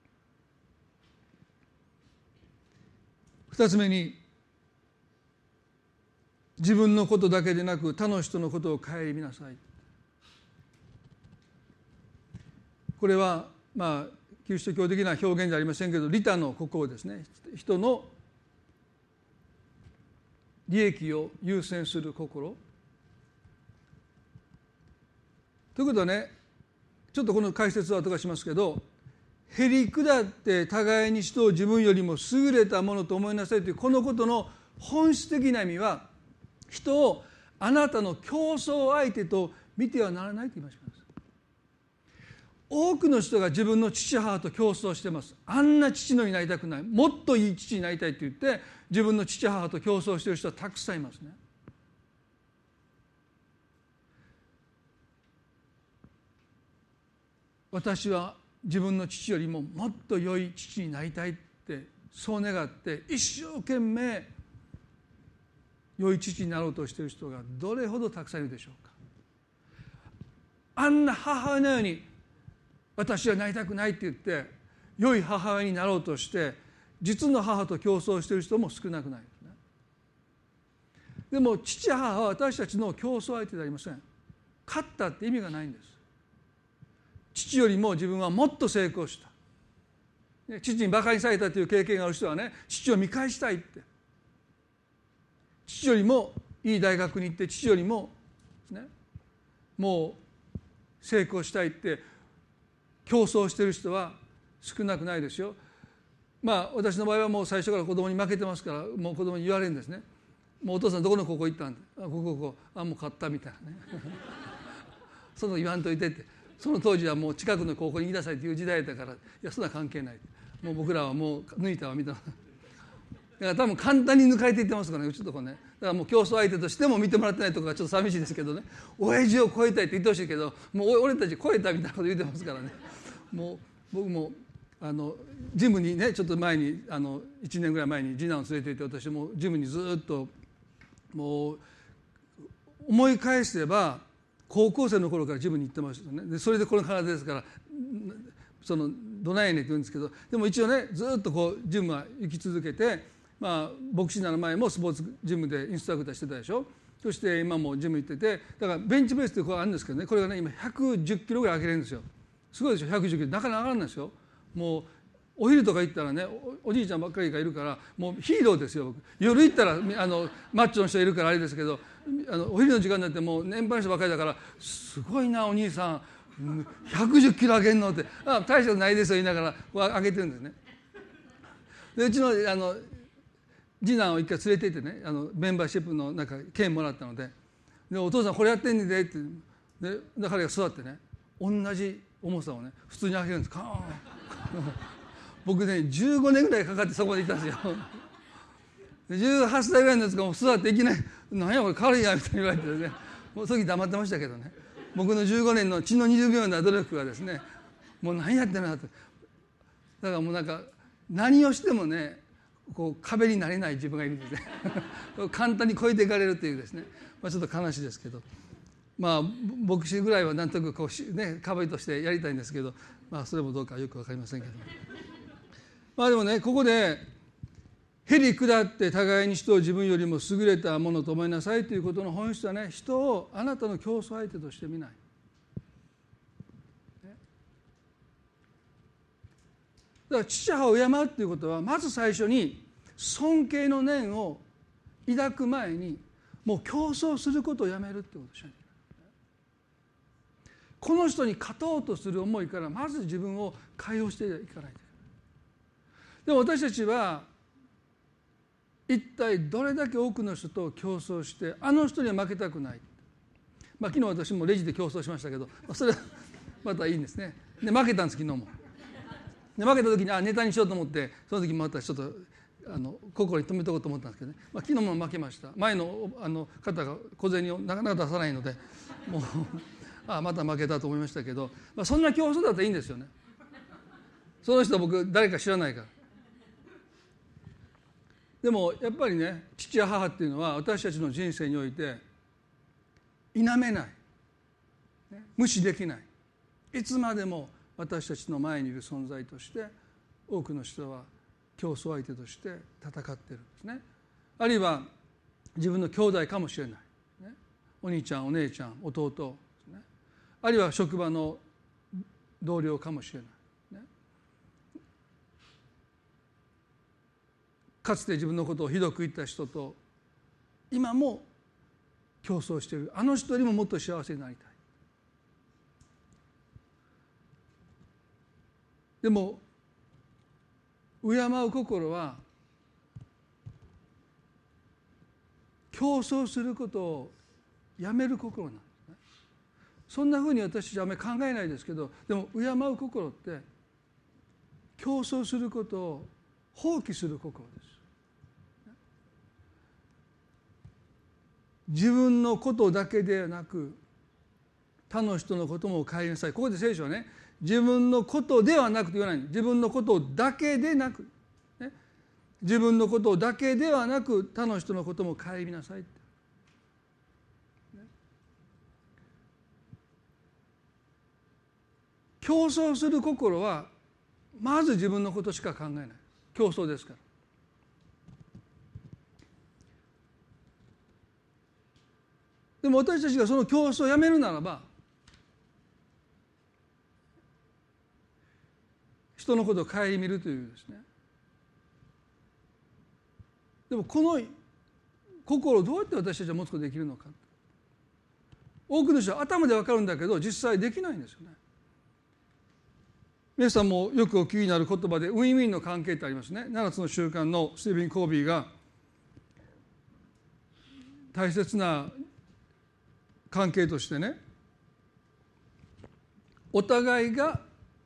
二つ目に、自分のことだけでなく他の人のことを顧みなさい。これはまあキリスト教的な表現じゃありませんけど、利他の心ですね。人の利益を優先する心ということはね、ちょっとこの解説は後がしますけど、へりくだって互いに人を自分よりも優れたものと思いなさいというこのことの本質的な意味は、人をあなたの競争相手と見てはならないと言いました。多くの人が自分の父母と競争してます。あんな父のになりたくない、もっといい父になりたいと言って自分の父母と競争している人はたくさんいますね。私は自分の父よりももっと良い父になりたいってそう願って一生懸命良い父になろうとしている人がどれほどたくさんいるでしょうか。あんな母親のように私はなりたくないって言って良い母親になろうとして実の母と競争している人も少なくないですね。でも父母は私たちの競争相手でありません。勝ったって意味がないんです。父よりも自分はもっと成功した、父に馬鹿にされたという経験がある人はね、父を見返したいって、父よりもいい大学に行って父よりもですね、もう成功したいって競争している人は少なくないですよ。まあ私の場合はもう最初から子供に負けてますから、もう子供に言われるんですね。もうお父さんどこの高校行ったんだ、あここここ、あもう買ったみたいなねその言わんといてって、その当時はもう近くの高校に行きなさいという時代だから、いやそんな関係ない、もう僕らはもう抜いたわみたいなだから多分簡単に抜かれていってますからね、うちのとこね。だからもう競争相手としても見てもらってないところがちょっと寂しいですけどね、親父を超えたいって言ってほしいけど、もう俺たち超えたみたいなこと言ってますからね。もう僕もあのジムにね、ちょっと前にあのいちねんぐらい前に次男を連れて行って、私もジムにずっともう思い返せば高校生の頃からジムに行ってましたね。でそれでこの体ですから、そのどないやねんって言うんですけど、でも一応ねずっとこうジムは行き続けて、まあ牧師になる前もスポーツジムでインストラクターしてたでしょ。そして今もジム行ってて、だからベンチプレスってこれあるんですけどね、これがね今ひゃくじゅっキロぐらい上げれるんですよ。すごいでしょ、ひゃくじゅっキロなかなか上がらないですよ。もうお昼とか行ったらね お, おじいちゃんばっかりがいるからもうヒーローですよ。僕夜行ったらあのマッチョの人いるからあれですけど、あのお昼の時間になってもう年配の人ばっかりだから、すごいなお兄さんひゃくじゅっキロ上げんのって、あ大したことないですよ言いながら上げてるんですね。でうちのあの次男を一回連れて行ってね、あのメンバーシップのなんか券もらったので、でお父さんこれやってんねんでってで彼が座ってね、同じ重さをね普通に上げるんです。カーン僕ねじゅうごねんぐらいかかってそこまで行ったんですよ。じゅうはっさいぐらいのやつがもう座っていきなり「何やこれ軽いや」みたいに言われてね、もうその時黙ってましたけどね、僕のじゅうごねんの血のにじゅうびょうな努力がですね、もう何やってんのって、だからもうなんか何をしてもねこう壁になれない自分がいるんですね簡単に越えていかれるっていうですね、まあ、ちょっと悲しいですけど、まあ牧師ぐらいはなんとなくこう、ね、壁としてやりたいんですけど、まあそれもどうかよく分かりませんけど、まあでもねここでへり下って互いに人を自分よりも優れたものと思いなさいということの本質はね、人をあなたの競争相手として見ない、だから父母を敬うということは、まず最初に尊敬の念を抱く前にもう競争することをやめるということをしないといけない。この人に勝とうとする思いからまず自分を解放していかないといけない。でも私たちは一体どれだけ多くの人と競争して、あの人には負けたくない、まあ、昨日私もレジで競争しましたけど、それはまたいいんですね。で負けたんです昨日も。で負けた時にあネタにしようと思って、その時またちょっとあの心に留めとこうと思ったんですけどね、まあ、昨日も負けました。前のあの方が小銭をなかなか出さないので、もうあまた負けたと思いましたけど、まあ、そんな競争だったらいいんですよね。その人僕誰か知らないから。でもやっぱりね、父や母っていうのは私たちの人生において否めない、無視できない、いつまでも私たちの前にいる存在として多くの人は競争相手として戦っているんですね。あるいは自分の兄弟かもしれない、ね、お兄ちゃんお姉ちゃん弟ですね、あるいは職場の同僚かもしれない、ね、かつて自分のことをひどく言った人と今も競争している、あの人よりももっと幸せになりたい。でも敬う心は競争することをやめる心なんですね。そんなふうに私たちはあまり考えないですけど、でも敬う心って競争することを放棄する心です。自分のことだけではなく他の人のことも顧みなさい。ここで聖書はね、自分のことではなくと言わない、自分のことだけでなく、ね、自分のことだけではなく他の人のことも顧みなさいって、ね、 競争する心はまず自分のことしか考えない。競争ですから。でも私たちがその競争をやめるならば、人のことを顧みるというですね。でもこの心をどうやって私たちは持つことができるのか。多くの人は頭で分かるんだけど実際できないんですよね。皆さんもよくお聞きになる言葉でウィンウィンの関係ってありますね。ななつの習慣のスティーブン・コービーが大切な関係としてね、お互いが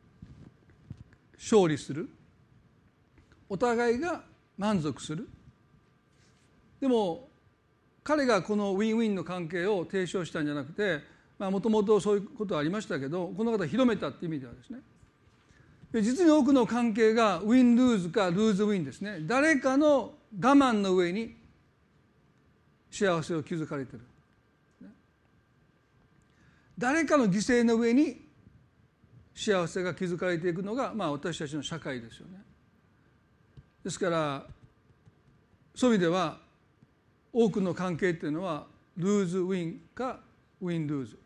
勝利する、お互いが満足する。でも彼がこのウィンウィンの関係を提唱したんじゃなくて、もともとそういうことはありましたけど、この方が広めたっていう意味ではですね、実に多くの関係がウィン・ルーズかルーズ・ウィンですね。誰かの我慢の上に幸せを築かれている、誰かの犠牲の上に幸せが築かれていくのが、まあ、私たちの社会ですよね。ですからそういう意味では多くの関係っていうのはルーズ・ウィンかウィン・ルーズ、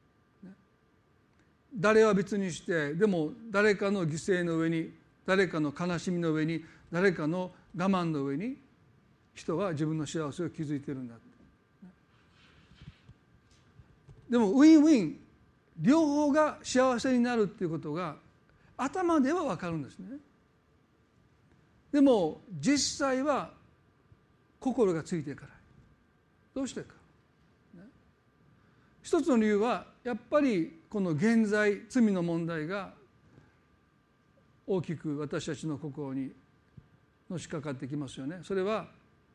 誰は別にして、でも誰かの犠牲の上に、誰かの悲しみの上に、誰かの我慢の上に人は自分の幸せを築いているんだ。でもウィンウィン、両方が幸せになるっていうことが頭では分かるんですね。でも実際は心がついていかない。どうしてか、一つの理由はやっぱりこの現在罪の問題が大きく私たちの心にのしかかってきますよね。それは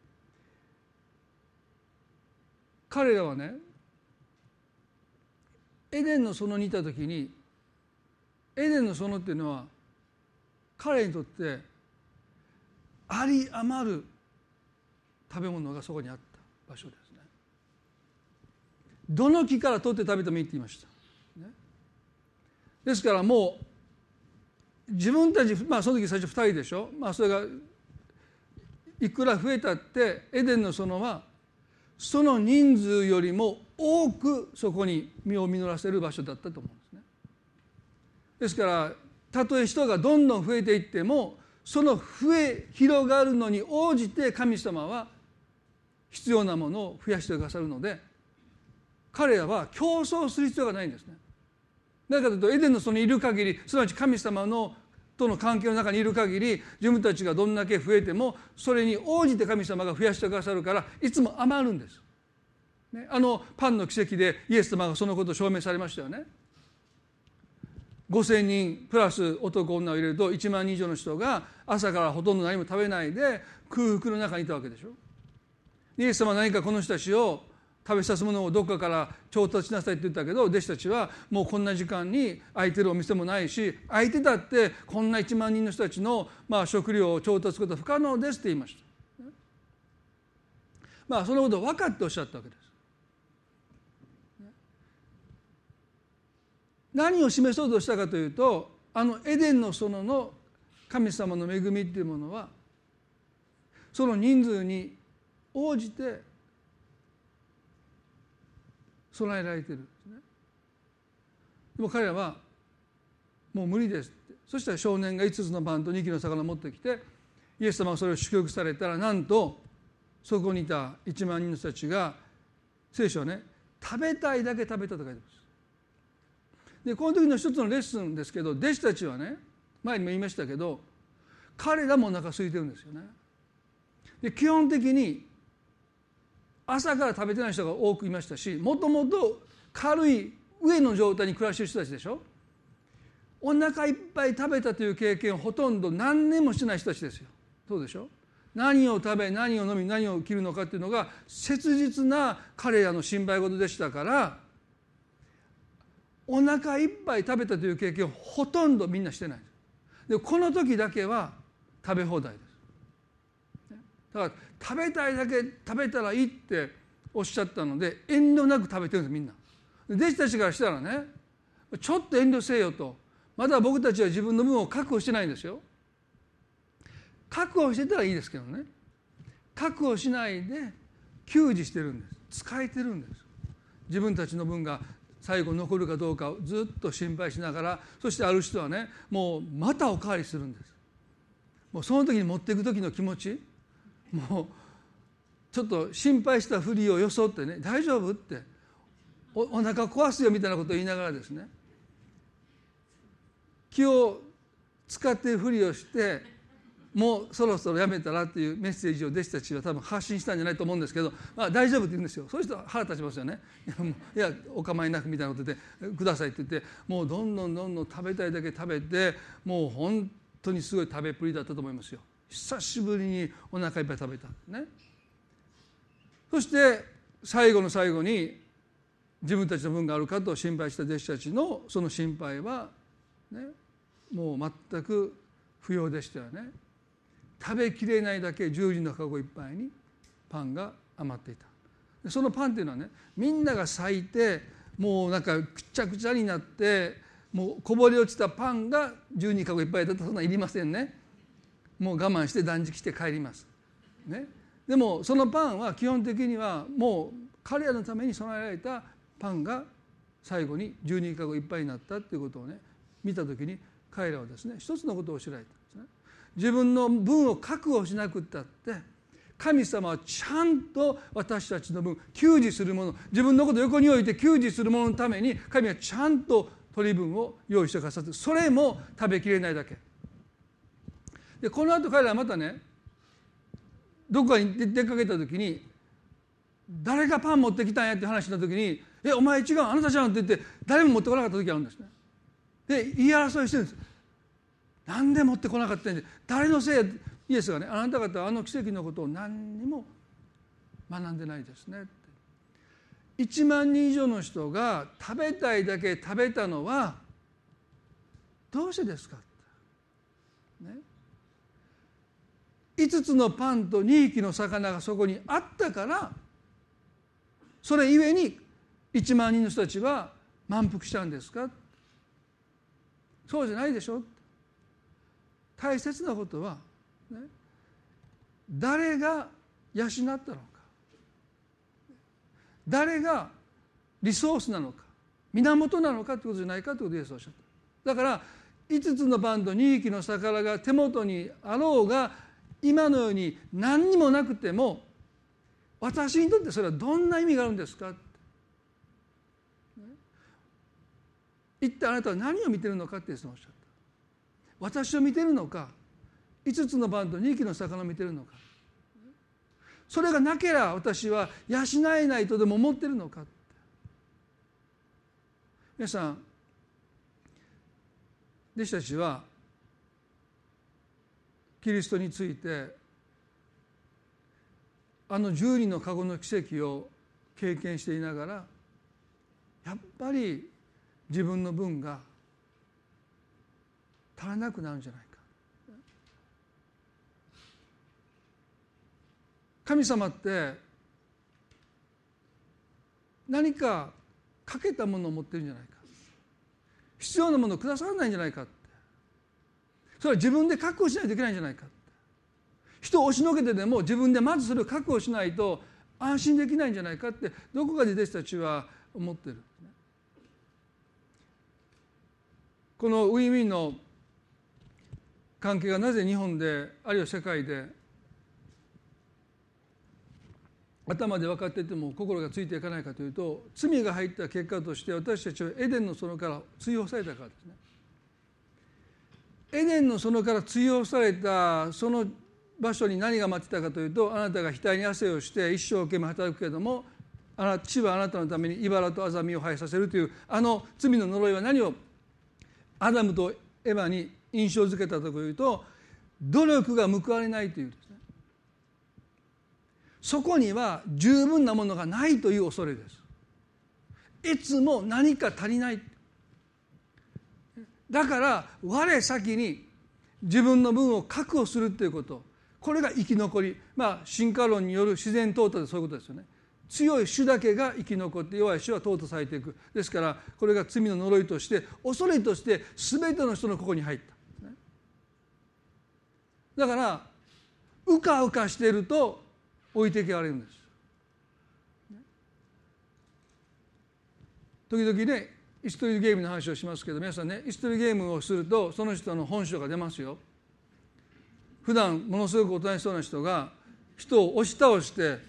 彼らはね、エデンの園にいた時に、エデンの園っていうのは彼にとってあり余る食べ物がそこにあった場所ですね。どの木から取って食べてもいいって言いました、ね、ですからもう自分たち、まあその時最初ふたりでしょ、まあそれがいくら増えたってエデンの園はその人数よりも多くそこに実を実らせる場所だったと思うんですね。ですからたとえ人がどんどん増えていっても、その増え広がるのに応じて神様は必要なものを増やしてくださるので、彼らは競争する必要がないんですね。なぜかというとエデンの園にいる限り、すなわち神様のとの関係の中にいる限り、自分たちがどんだけ増えてもそれに応じて神様が増やしてくださるから、いつも余るんです、ね、あのパンの奇跡でイエス様がそのことを証明されましたよね。ごせんにんプラス男女を入れるといちまんにん以上の人が朝からほとんど何も食べないで空腹の中にいたわけでしょ。イエス様は何かこの人たちを食べさすものをどっかから調達しなさいって言ったけど、弟子たちはもうこんな時間に空いてるお店もないし、空いてたってこんないちまんにんの人たちのまあ食料を調達することは不可能ですって言いました。まあそのことを分かっておっしゃったわけです。何を示そうとしたかというと、あのエデンの園の神様の恵みっていうものはその人数に応じて備えられているんですね。でも彼らはもう無理ですって。そしたら少年がいつつのパンとにきの魚を持ってきて、イエス様がそれを祝福されたら、なんとそこにいたいちまんにんの人たちが、聖書はね、食べたいだけ食べたと書いてます。でこの時の一つのレッスンですけど、弟子たちはね、前にも言いましたけど、彼らもお腹空いてるんですよね。で基本的に朝から食べてない人が多くいましたし、もともと軽い上の状態に暮らしている人たちでしょ。お腹いっぱい食べたという経験をほとんど何年もしてない人たちですよ。そうでしょ。何を食べ、何を飲み、何を着るのかっていうのが切実な彼らの心配事でしたから、お腹いっぱい食べたという経験をほとんどみんなしてない。でこの時だけは食べ放題です。だから食べたいだけ食べたらいいっておっしゃったので、遠慮なく食べてるんですみんな。弟子たちからしたらね、ちょっと遠慮せよと、 まだ僕たちは自分の分を確保してないんですよ。確保してたらいいですけどね、確保しないで給仕してるんです。使えてるんです。自分たちの分が最後残るかどうかをずっと心配しながら、そしてある人はね、もうまたおかわりするんです。もうその時に持っていく時の気持ち、もうちょっと心配したふりを装ってね、大丈夫って お, お腹壊すよみたいなことを言いながらですね、気を使ってふりをしてもうそろそろやめたらっていうメッセージを弟子たちは多分発信したんじゃないと思うんですけど、まあ、大丈夫って言うんですよ。そういう人は腹立ちますよね。いや、もういやお構いなくみたいなことでくださいって言って、もうどんどんどんどん食べたいだけ食べて、もう本当にすごい食べっぷりだったと思いますよ。久しぶりにお腹いっぱい食べたね。そして最後の最後に自分たちの分があるかと心配した弟子たちのその心配は、ね、もう全く不要でしたよね。食べきれないだけ十人のかごいっぱいにパンが余っていた。そのパンっていうのはね、みんなが裂いてもうなんかくちゃくちゃになってもうこぼれ落ちたパンが十人かごいっぱいだったらそんなんいりませんね。もう我慢して断食して帰ります、ね、でもそのパンは基本的にはもう彼らのために備えられたパンが最後に十人かごいっぱいになったっていうことをね見たときに、彼らはですね一つのことを知られたんですね。自分の分を確保しなくったって神様はちゃんと私たちの分給仕するもの、自分のことを横に置いて給仕するもののために神はちゃんと取り分を用意してくださって、それも食べきれないだけで、この後彼らはまたねどこかに出かけた時に誰がパン持ってきたんやって話した時に、えお前違うあなたじゃんって言って誰も持ってこなかった時があるんですね。で言い争いしてるんです。なんで持ってこなかったんで、誰のせいや。イエスがね、あなた方はあの奇跡のことを何にも学んでないですねって。いちまんにん以上の人が食べたいだけ食べたのはどうしてですかって、ね、いつつのパンとにひきの魚がそこにあったから、それゆえにいちまんにんの人たちは満腹したんですか。そうじゃないでしょ。大切なことは、ね、誰が養ったのか、誰がリソースなのか、源なのかということじゃないかということをイエスはおっしゃった。だからいつつのパンとにひきの魚が手元にあろうが今のように何にもなくても、私にとってそれはどんな意味があるんですか。一体あなたは何を見ているのかってイエスはおっしゃった。私を見ているのか、いつつのパンとにひきの魚を見ているのか、それがなければ私は養えないとでも思っているのか。皆さん、弟子たちはキリストについてあの十人のかごの奇跡を経験していながら、やっぱり自分の分が足らなくなるんじゃないか。神様って何かかけたものを持ってるんじゃないか、必要なものをくださらないんじゃないかって、それは自分で確保しないといけないんじゃないかって、人を押しのけてでも自分でまずそれを確保しないと安心できないんじゃないかって、どこかで弟子たちは思ってる。このウィンウィンの関係がなぜ日本であるいは世界で頭で分かっていても心がついていかないかというと、罪が入った結果として私たちはエデンの園から追放されたからですね。エデンの園から追放されたその場所に何が待ってたかというと、あなたが額に汗をして一生懸命働くけれども、あなた、主はあなたのために茨とアザミを生えさせるという、あの罪の呪いは何をアダムとエヴァに印象づけたというと、努力が報われないというですね、そこには十分なものがないという恐れです。いつも何か足りない。だから我先に自分の分を確保するということ、これが生き残り、まあ進化論による自然淘汰でそういうことですよね。 強い主だけが生き残って弱い主は淘汰されていく。ですからこれが罪の呪いとして恐れとして全ての人の心に入った。だからうかうかしていると置いていかれるんです。時々ね椅子取りゲームの話をしますけど、皆さんね椅子取りゲームをするとその人の本性が出ますよ。普段ものすごくおとなしそうな人が人を押し倒して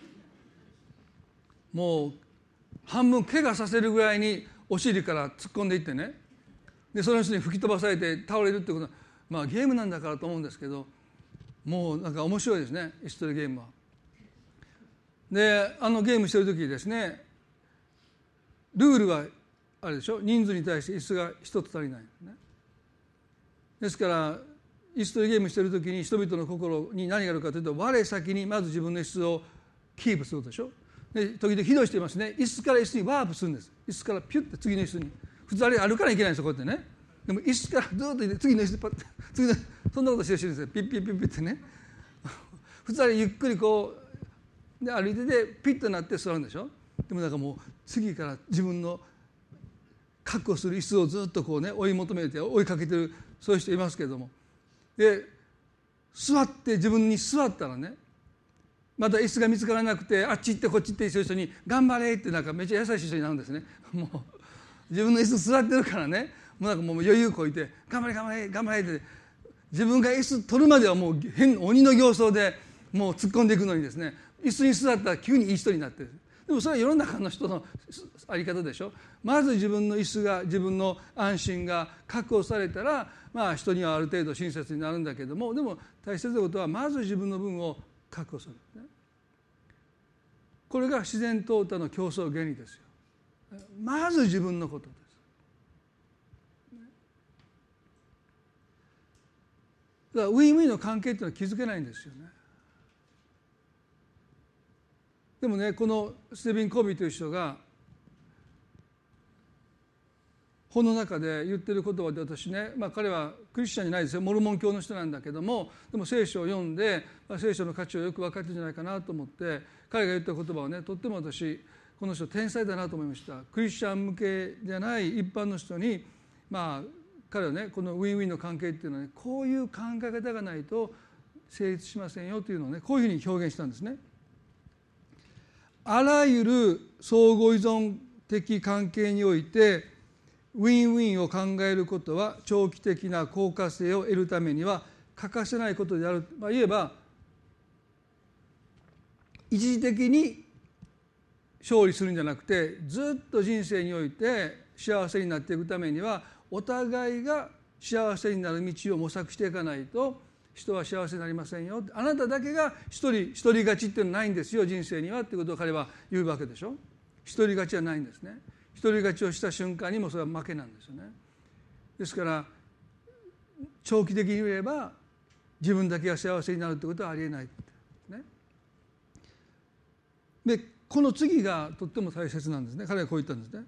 もう半分怪我させるぐらいにお尻から突っ込んでいってね、でその人に吹き飛ばされて倒れるってことは、まあゲームなんだからと思うんですけど、もうなんか面白いですね椅子取りゲームは。であのゲームしてる時にですね、ルールはあれでしょ、人数に対して椅子が一つ足りない、ね、ですから椅子取りゲームしてる時に人々の心に何があるかというと、我先にまず自分の椅子をキープすることでしょ。で時々ひどい人いますね。椅子から椅子にワープするんです。椅子からピュッて次の椅子に、普通あれ歩かないといけないんですよこうやってね。でも椅子からずっと次の椅子でパッて次のそんなことしてるんですよ。ピッピッピッピッってね普通あれゆっくりこうで歩いててピッとなって座るんでしょ。でもなんかもう次から自分の確保する椅子をずっとこうね追い求めて追いかけてる、そういう人いますけれども、で座って自分に座ったらね、また椅子が見つからなくてあっち行ってこっち行ってそういう人に頑張れってなんかめっちゃ優しい人になるんですね。もう自分の椅子座ってるからね、もうなんかもう余裕こいて頑張れ頑張れ頑張れって自分が椅子取るまではもう変鬼の形相でもう突っ込んでいくのにですね、椅子に座ったら急にいい人になってる。でもそれは世の中の人のあり方でしょ。まず自分の椅子が自分の安心が確保されたら、まあ人にはある程度親切になるんだけども、でも大切なことはまず自分の分を確保する、ね、これが自然淘汰の競争原理ですよ。まず自分のことです。だからウィンウィンの関係っていうのは気づけないんですよね。でもね、このスティーブン・コビーという人が本の中で言ってる言葉で、私ね、まあ、彼はクリスチャンじゃないですよ、モルモン教の人なんだけども、でも聖書を読んで、まあ、聖書の価値をよく分かってるんじゃないかなと思って、彼が言った言葉をね、とっても私この人天才だなと思いました。クリスチャン向けじゃない一般の人に、まあ彼はね、このウィンウィンの関係っていうのはね、こういう考え方がないと成立しませんよというのをね、こういうふうに表現したんですね。あらゆる相互依存的関係においてウィンウィンを考えることは長期的な効果性を得るためには欠かせないことである。まあ、言えば一時的に勝利するんじゃなくて、ずっと人生において幸せになっていくためにはお互いが幸せになる道を模索していかないと人は幸せになりませんよ。あなただけが一人一人勝ちっていうのはないんですよ人生にはっていうことを彼は言うわけでしょ。一人勝ちはないんですね。一人勝ちをした瞬間にもそれは負けなんですよね。ですから長期的に言えば自分だけが幸せになるってことはありえないね。でこの次がとっても大切なんですね。彼はこう言ったんですね。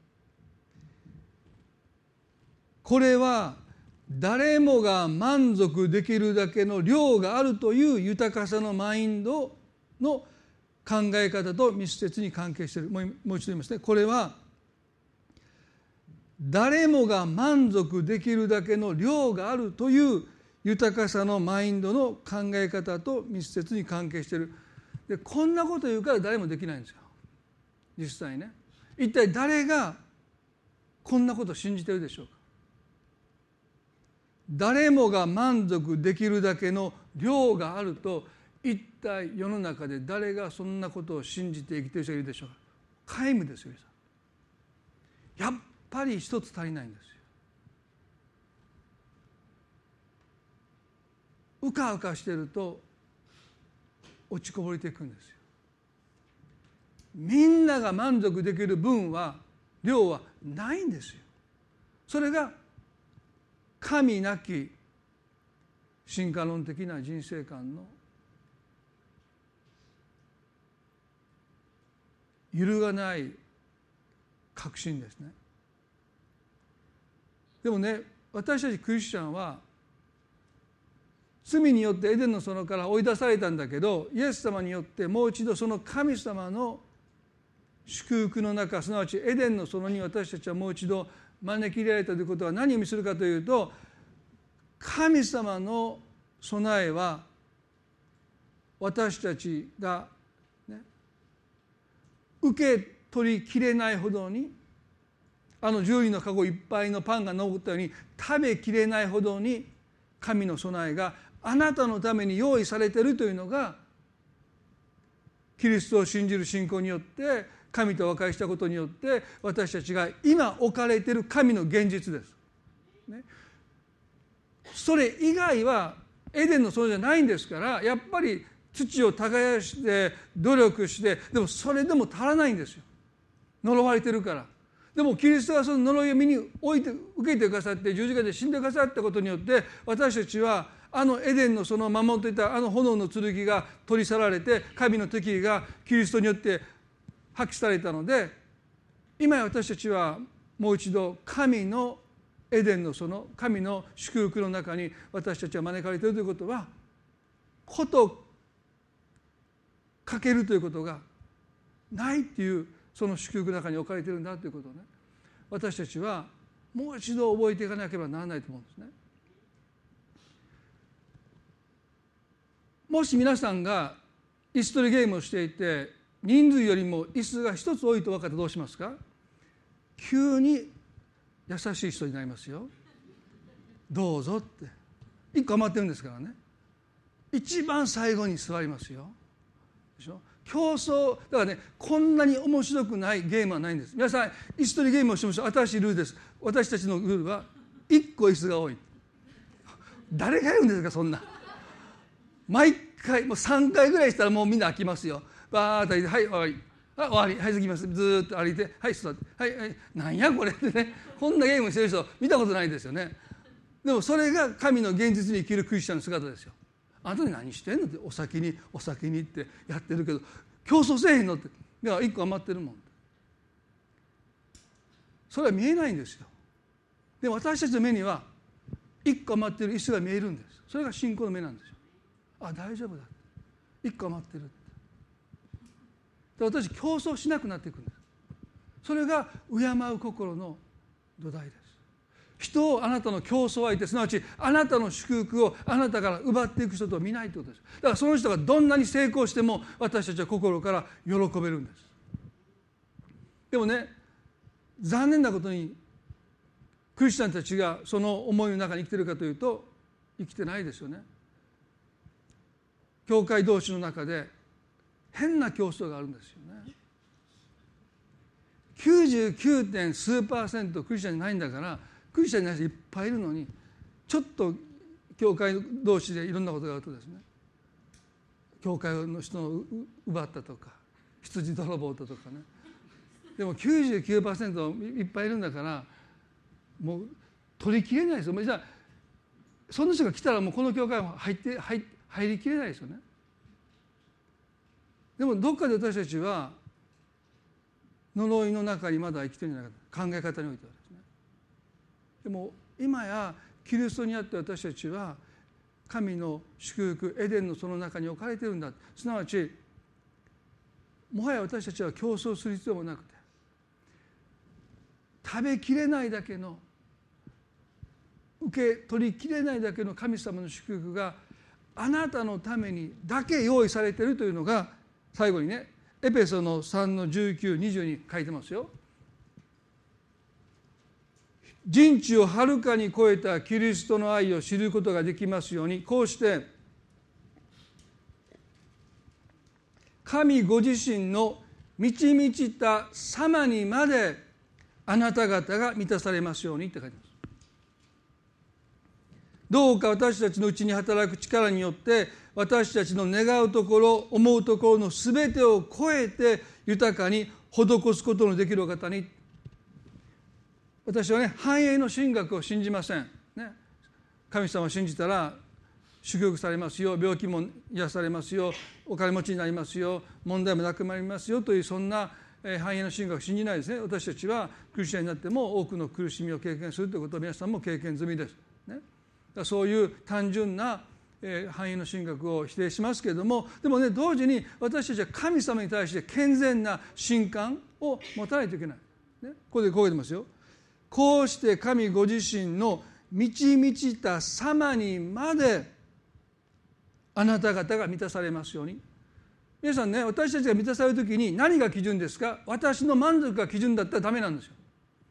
これは誰もが満足できるだけの量があるという豊かさのマインドの考え方と密接に関係している。もう一度言いますね。これは誰もが満足できるだけの量があるという豊かさのマインドの考え方と密接に関係している。でこんなこと言うから誰もできないんですよ実際ね。一体誰がこんなことを信じているでしょうか。誰もが満足できるだけの量があると、一体世の中で誰がそんなことを信じて生きている人がいるでしょうか。皆無ですよ。やっぱり一つ足りないんですよ。うかうかしていると落ちこぼれていくんですよ。みんなが満足できる分は量はないんですよ。それが神なき進化論的な人生観の揺るがない確信ですね。でもね、私たちクリスチャンは罪によってエデンの園から追い出されたんだけど、イエス様によってもう一度その神様の祝福の中、すなわちエデンの園に私たちはもう一度招き入れられたということは何を意味するかというと、神様の備えは私たちが、ね、受け取りきれないほどに、あのじゅうにんのカゴいっぱいのパンが残ったように食べきれないほどに神の備えがあなたのために用意されているというのが、キリストを信じる信仰によって神と和解したことによって私たちが今置かれている神の現実です、ね、それ以外はエデンの園じゃないんですから、やっぱり土を耕して努力して、でもそれでも足らないんですよ、呪われてるから。でもキリストがその呪いを身に置いて受けてくださって十字架で死んでくださったことによって、私たちはあのエデンのその守っていたあの炎の剣が取り去られて、神の敵意がキリストによって発揮されたので、今や私たちはもう一度神のエデンのその神の祝福の中に私たちは招かれているということは、ことかけるということがないっていう、その祝福の中に置かれているんだということをね、私たちはもう一度覚えていかなければならないと思うんですね。もし皆さんが椅子取りゲームをしていて、人数よりも椅子が一つ多いと分かったらどうしますか？急に優しい人になりますよ。どうぞって一個余ってるんですからね。一番最後に座りますよ。でしょ？競争だからね、こんなに面白くないゲームはないんです。皆さん椅子取りゲームをしてましょう。新しいルールです。私たちのルールはいっこ椅子が多い。誰がやるんですかそんな。毎回もうさんかいぐらいしたらもうみんな飽きますよ。バーッと歩いて、はい終わり、あ終わり、はい次ます。ずーっと歩いて、はい座って、はいはい、なんやこれってね、こんなゲームしてる人見たことないですよね。でもそれが神の現実に生きるクリスチャンの姿ですよ。あなたに何してんのって、お先にお先にってやってるけど競争せえへんのって、いやいっこ余ってるもん。それは見えないんですよ。でも私たちの目にはいっこ余ってる椅子が見えるんです。それが信仰の目なんですよ。あ大丈夫だ、いっこ余ってるって。で私競争しなくなっていくんです。それが敬う心の土台です。人をあなたの競争相手、すなわちあなたの祝福をあなたから奪っていく人と見ないということです。だからその人がどんなに成功しても私たちは心から喜べるんです。でもね、残念なことにクリスチャンたちがその思いの中に生きているかというと生きてないですよね。教会同士の中で変な競争があるんですよね。きゅうじゅうきゅう. 点数パーセントクリスチャンじゃないんだから、クリスチャンにない人いっぱいいるのに、ちょっと教会同士でいろんなことがあるとですね、教会の人を奪ったとか羊泥棒だとかね。でも きゅうじゅうきゅうパーセント いっぱいいるんだからもう取りきれないですよ。じゃあその人が来たらもうこの教会は入って入入りきれないですよね。でもどっかで私たちは呪いの中にまだ生きてるんじゃないか、考え方においてはですね。でも今やキリストにあって私たちは神の祝福エデンのその中に置かれているんだ。すなわちもはや私たちは競争する必要もなくて、食べきれないだけの、受け取りきれないだけの神様の祝福があなたのためにだけ用意されているというのが、最後にねエペソのさんのじゅうきゅう、にじゅうに書いてますよ。人知をはるかに超えたキリストの愛を知ることができますように、こうして神ご自身の満ち満ちた様にまであなた方が満たされますようにって書いてます。どうか私たちのうちに働く力によって私たちの願うところ思うところのすべてを超えて豊かに施すことのできるお方に。私はね、繁栄の神学を信じません、ね、神様を信じたら祝福されますよ、病気も癒されますよ、お金持ちになりますよ、問題もなくなりますよという、そんな繁栄の神学を信じないですね。私たちはクリスチャンになっても多くの苦しみを経験するということを皆さんも経験済みです、ね、そういう単純なえー、繁栄の神学を否定しますけれども、でもね、同時に私たちは神様に対して健全な信感を持たないといけない、ね、ここでこう言ってますよ。こうして神ご自身の満ち満ちた様にまであなた方が満たされますように。皆さんね、私たちが満たされるときに何が基準ですか？私の満足が基準だったらダメなんですよ。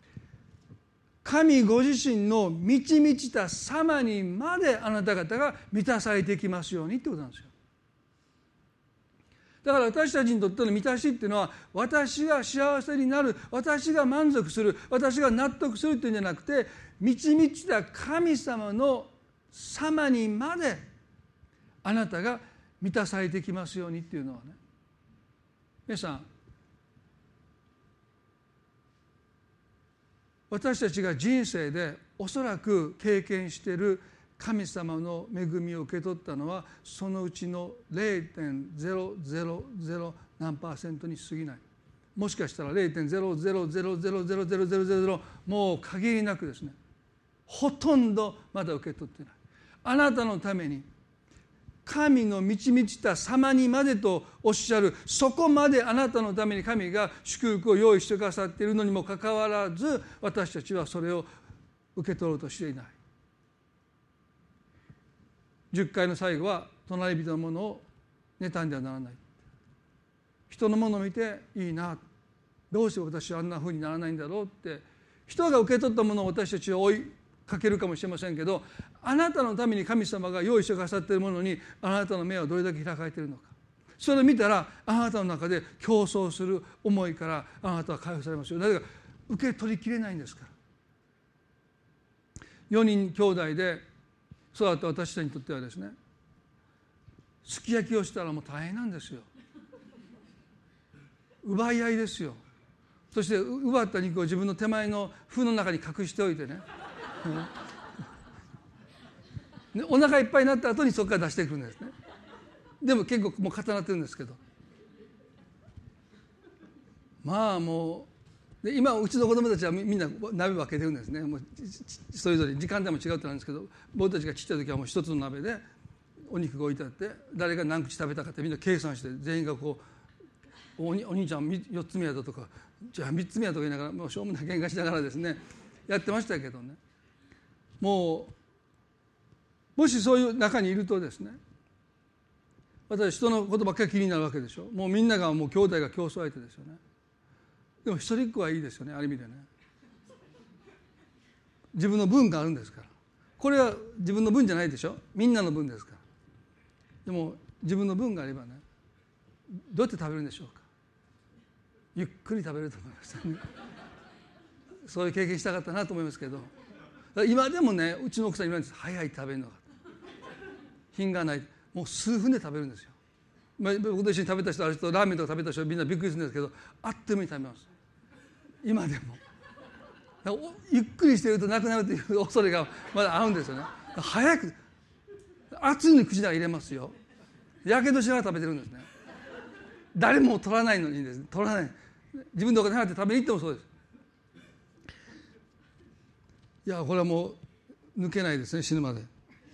神ご自身の満ち満ちた様にまであなた方が満たされていきますようにってことなんですよ。だから私たちにとっての満たしっていうのは、私が幸せになる、私が満足する、私が納得するっていうんじゃなくて、満ち満ちた神様の様にまであなたが満たされていきますようにっていうのはね、皆さん、私たちが人生でおそらく経験している神様の恵みを受け取ったのは、そのうちの ゼロてんゼロゼロゼロ 何パーセントに過ぎない。もしかしたら ゼロてんゼロゼロゼロゼロゼロゼロゼロゼロ、もう限りなくですね、ほとんどまだ受け取ってない。あなたのために神の満ち満ちた様にまでとおっしゃる、そこまであなたのために神が祝福を用意してくださっているのにもかかわらず、私たちはそれを受け取ろうとしていない。じゅっかいの最後は、隣人のものを妬んではならない。人のものを見ていいな、どうして私はあんなふうにならないんだろうって、人が受け取ったものを私たちは追いかけるかもしれませんけど、あなたのために神様が用意してくださっているものにあなたの目はどれだけ開かれているのか、それを見たらあなたの中で競争する思いからあなたは解放されますよ。なぜか受け取りきれないんですから。よにん兄弟で育った私たちにとってはですね、すき焼きをしたらもう大変なんですよ。奪い合いですよ。そして奪った肉を自分の手前の封の中に隠しておいてね、うん、お腹いっぱいになった後にそこから出してくるんですね。でも結構もう固まってるんですけど、まあもうで今うちの子供たちはみんな鍋分けてるんですね。もうそれぞれ時間でも違うってなんですけど、僕たちがちっちゃい時はもう一つの鍋でお肉が置いてあって、誰が何口食べたかってみんな計算して、全員がこう お, お兄ちゃんよっつめやだとか、じゃあみっつめやとか言いながら、もうしょうもない喧嘩しながらですねやってましたけどね、もうもしそういう中にいるとですね、私人のことばっかり気になるわけでしょ。もうみんながもう兄弟が競争相手ですよね。でも一人っ子はいいですよね、ある意味でね。自分の分があるんですから。これは自分の分じゃないでしょ、みんなの分ですから。でも自分の分があればね、どうやって食べるんでしょうか。ゆっくり食べると思いますね。そういう経験したかったなと思いますけど、今でもね、うちの奥さん言われるんです。早い食べるのが品がない、もう数分で食べるんですよ。まあ、僕と一緒に食べた人、ある人ラーメンとか食べた人みんなびっくりするんですけど、あっという間に食べます。今でもだからゆっくりしているとなくなるという恐れがまだあるんですよね。早く熱いのに口の中入れますよ。やけどしながら食べてるんですね。誰も取らないのにですね、取らない、自分のお金払って食べに行ってもそうです。いやこれはもう抜けないですね、死ぬまで。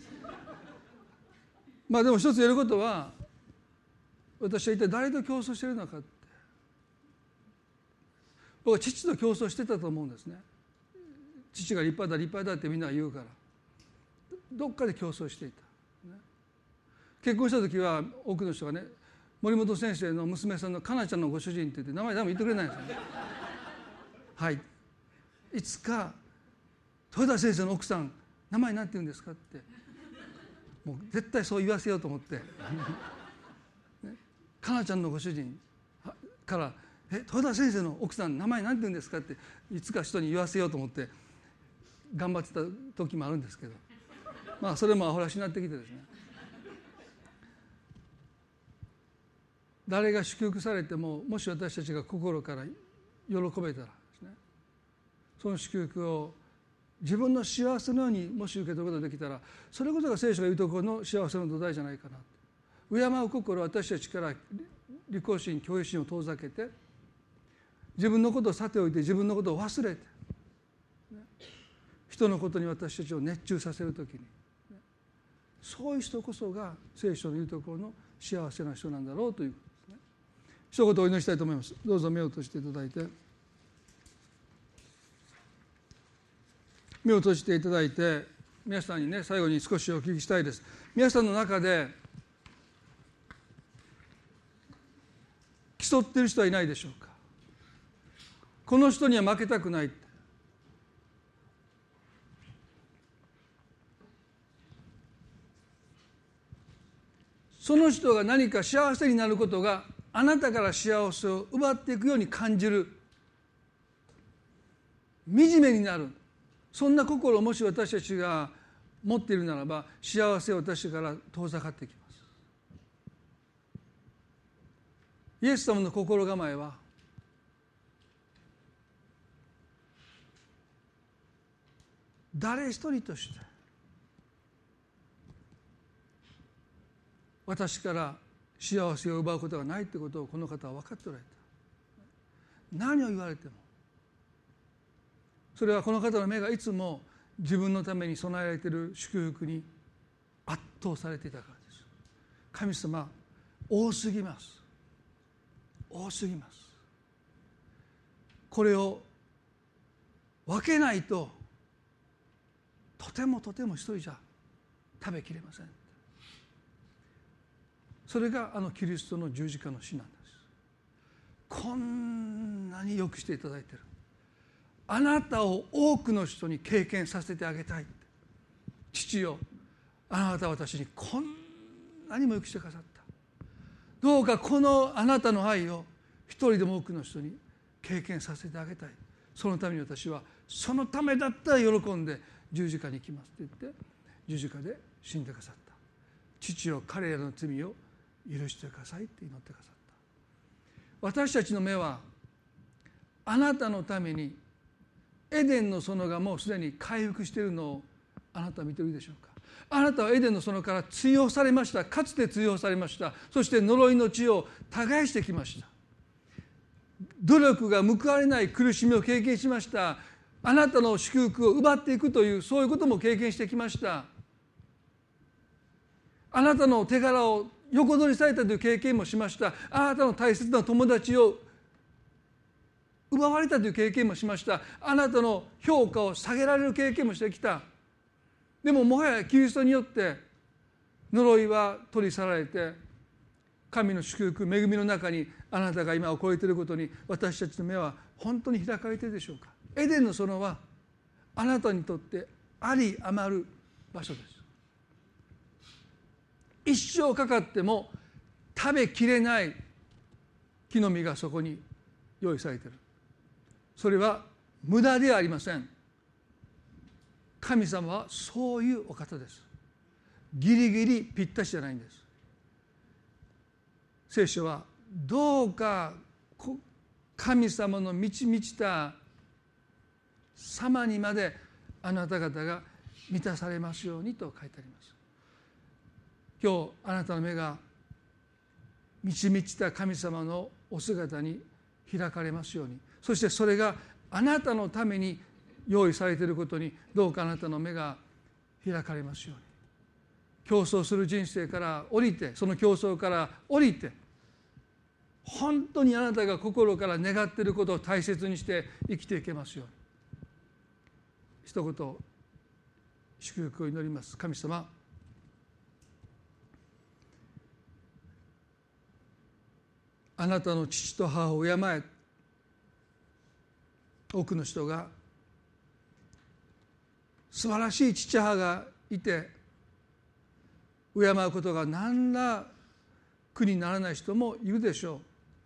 まあでも一つ言えることは、私は一体誰と競争しているのかって、僕は父と競争してたと思うんですね。父が立派だ立派だってみんな言うから、どっかで競争していた。結婚した時は多くの人がね、森本先生の娘さんのかなちゃんのご主人って言って名前多分言ってくれないんですよね。はい、いつか豊田先生の奥さん名前なんて言うんですかって、もう絶対そう言わせようと思って、ね、かなちゃんのご主人からえ豊田先生の奥さん名前なんて言うんですかっていつか人に言わせようと思って頑張ってた時もあるんですけど、まあそれもアホらしになってきてですね、誰が祝福されても、もし私たちが心から喜べたらですね、その祝福を自分の幸せのようにもし受け取ることができたら、それこそが聖書が言うところの幸せの土台じゃないかな。敬う心は私たちから利己心虚栄心を遠ざけて、自分のことをさておいて自分のことを忘れて、人のことに私たちを熱中させるときに、 そういう人こそが聖書の言うところの幸せな人なんだろうということですね。一言お祈りしたいと思います。どうぞ目を閉じていただいて、目を閉じていただいて、皆さんにね、最後に少しお聞きしたいです。皆さんの中で競っている人はいないでしょうか。この人には負けたくない。その人が何か幸せになることがあなたから幸せを奪っていくように感じる、惨めになる、そんな心をもし私たちが持っているならば、幸せを私から遠ざかってきます。イエス様の心構えは、誰一人として私から幸せを奪うことがないということをこの方は分かっておられた。何を言われてもそれはこの方の目がいつも自分のために備えられている祝福に圧倒されていたからです。神様、多すぎます。多すぎます。これを分けないととてもとても一人じゃ食べきれません。それがあのキリストの十字架の死なんです。こんなによくしていただいている、あなたを多くの人に経験させてあげたい。父よ、あなたは私にこんなにもよくしてくださった。どうかこのあなたの愛を一人でも多くの人に経験させてあげたい。そのために私はそのためだったら喜んで十字架に行きますと言って十字架で死んでくださった。父よ、彼らの罪を許してくださいって祈ってくださった。私たちの目はあなたのためにエデンの園がもうすでに回復しているのをあなたは見ているでしょうか。あなたはエデンの園から追放されました。かつて追放されました。そして呪いの地を耕してきました。努力が報われない苦しみを経験しました。あなたの祝福を奪っていくというそういうことも経験してきました。あなたの手柄を横取りされたという経験もしました。あなたの大切な友達を奪われたという経験もしました。あなたの評価を下げられる経験もしてきた。でももはやキリストによって呪いは取り去られて、神の祝福、恵みの中にあなたが今を超えていることに私たちの目は本当に開かれているでしょうか。エデンの園はあなたにとってあり余る場所です。一生かかっても食べきれない木の実がそこに用意されている。それは無駄ではありません。神様はそういうお方です。ギリギリぴったしじゃないんです。聖書はどうか神様の満ち満ちた様にまであなた方が満たされますようにと書いてあります。今日あなたの目が満ち満ちた神様のお姿に開かれますように、そしてそれがあなたのために用意されていることにどうかあなたの目が開かれますように。競争する人生から降りて、その競争から降りて、本当にあなたが心から願っていることを大切にして生きていけますように。一言祝福を祈ります。神様、あなたの父と母を敬え。多くの人が素晴らしい父母がいて敬うことが何ら苦にならない人もいるでしょ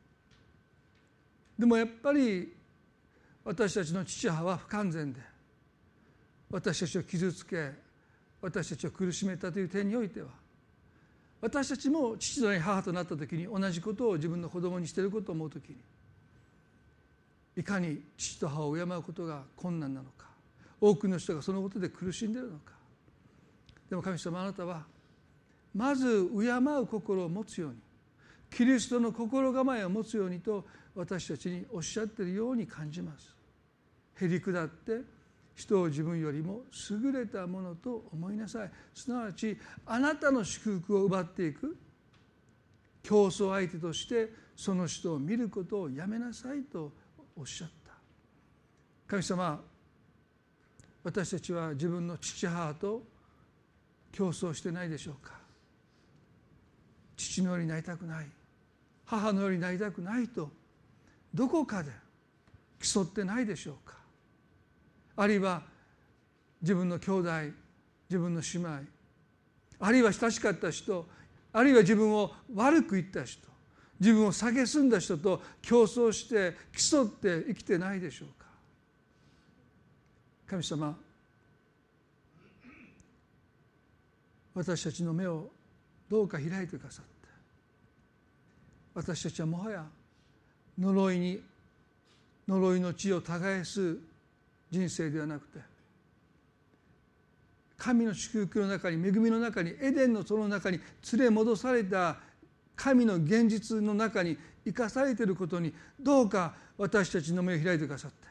う。でもやっぱり私たちの父母は不完全で、私たちを傷つけ、私たちを苦しめたという点においては、私たちも父となり母となった時に同じことを自分の子供にしていることを思う時に、いかに父と母を敬うことが困難なのか、多くの人がそのことで苦しんでいるのか。でも神様、あなたはまず敬う心を持つように、キリストの心構えを持つようにと私たちにおっしゃっているように感じます。へり下って人を自分よりも優れたものと思いなさい。すなわちあなたの祝福を奪っていく競争相手としてその人を見ることをやめなさいとおっしゃった。神様、私たちは自分の父母と競争してないでしょうか。父のようになりたくない、母のようになりたくないとどこかで競ってないでしょうか。あるいは自分の兄弟、自分の姉妹、あるいは親しかった人、あるいは自分を悪く言った人、自分を蔑んだ人と競争して競って生きてないでしょうか。神様、私たちの目をどうか開いてくださって、私たちはもはや呪いに呪いの地を耕す人生ではなくて、神の祝福の中に、恵みの中に、エデンの園の中に連れ戻された神の現実の中に生かされていることにどうか私たちの目を開いてくださって、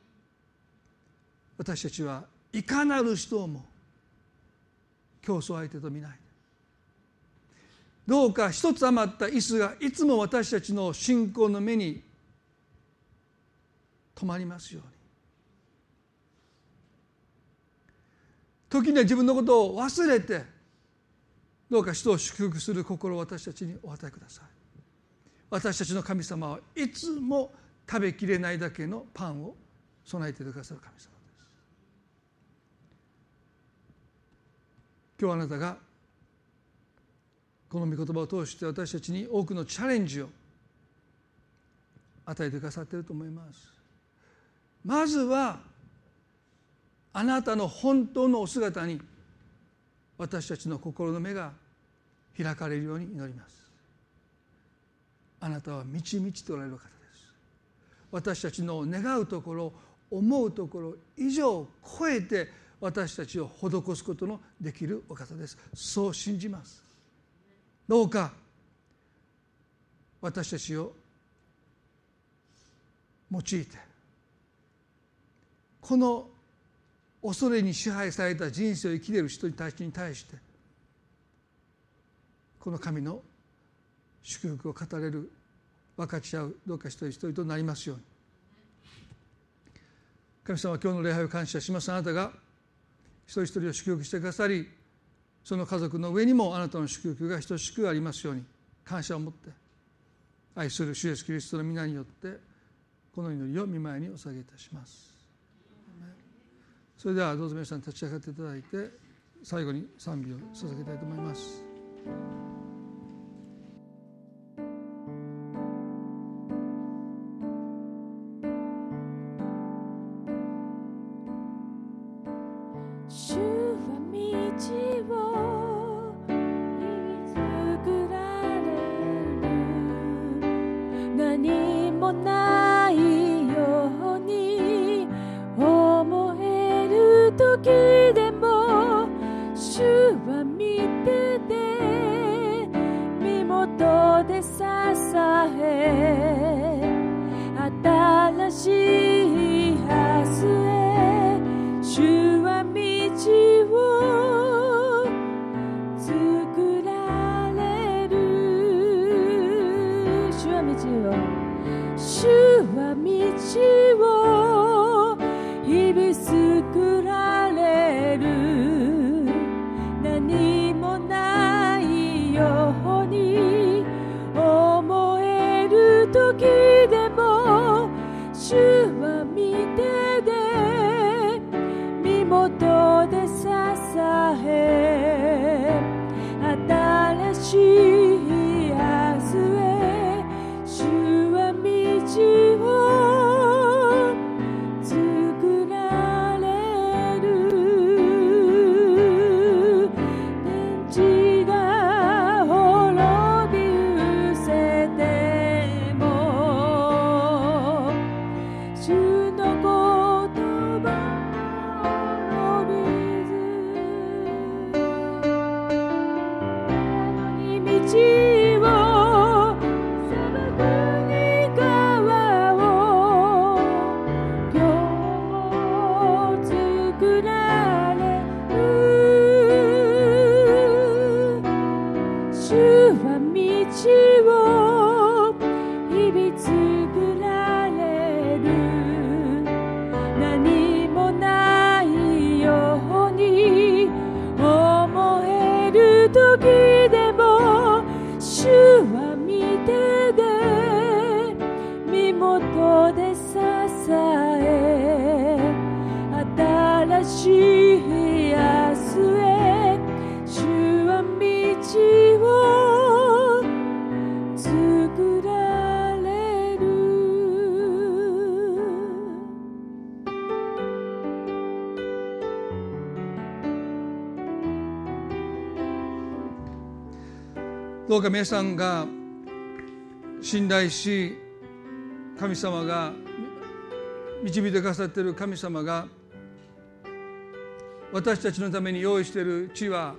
私たちはいかなる人をも競争相手と見ないで、どうか一つ余った椅子がいつも私たちの信仰の目に止まりますように。時には自分のことを忘れて、どうか人を祝福する心を私たちにお与えください。私たちの神様はいつも食べきれないだけのパンを備えてくださる神様です。今日あなたがこの御言葉を通して私たちに多くのチャレンジを与えてくださっていると思います。まずはあなたの本当のお姿に私たちの心の目が開かれるように祈ります。あなたは満ち満ちておられる方です。私たちの願うところ、思うところ以上を超えて私たちを施すことのできるお方です。そう信じます。どうか私たちを用いて、この恐れに支配された人生を生きている人たちに対してこの神の祝福を語れる、分かち合う、どうか一人一人となりますように。神様は今日の礼拝を感謝します。あなたが一人一人を祝福してくださり、その家族の上にもあなたの祝福が等しくありますように感謝を持って、愛する主イエスキリストの皆によってこの祈りを御前にお捧げいたします。それではどうぞ皆さん立ち上がっていただいて、最後に賛美を捧げたいと思います。 Jesus どうか皆さんが信頼し、神様が導いてくださっている神様が私たちのために用意している地は、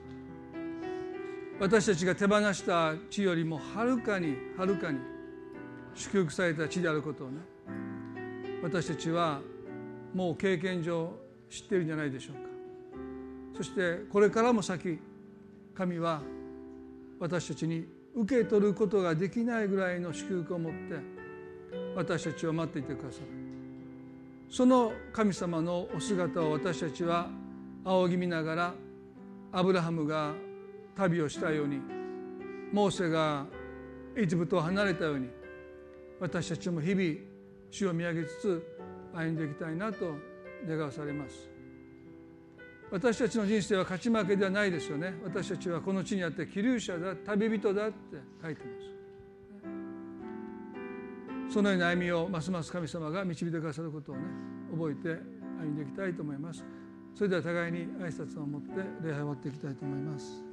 私たちが手放した地よりもはるかにはるかに祝福された地であることをね、私たちはもう経験上知っているんじゃないでしょうか。そしてこれからも先、神は私たちに受け取ることができないぐらいの祝福を持って私たちを待っていてくださる。その神様のお姿を私たちは仰ぎ見ながら、アブラハムが旅をしたように、モーセがエジプトを離れたように、私たちも日々主を見上げつつ歩んでいきたいなと願わされます。私たちの人生は勝ち負けではないですよね。私たちはこの地にあって寄留者だ、旅人だって書いてます。そのような歩みをますます神様が導いてくださることをね、覚えて歩んでいきたいと思います。それでは互いに挨拶を持って礼拝を終わっていきたいと思います。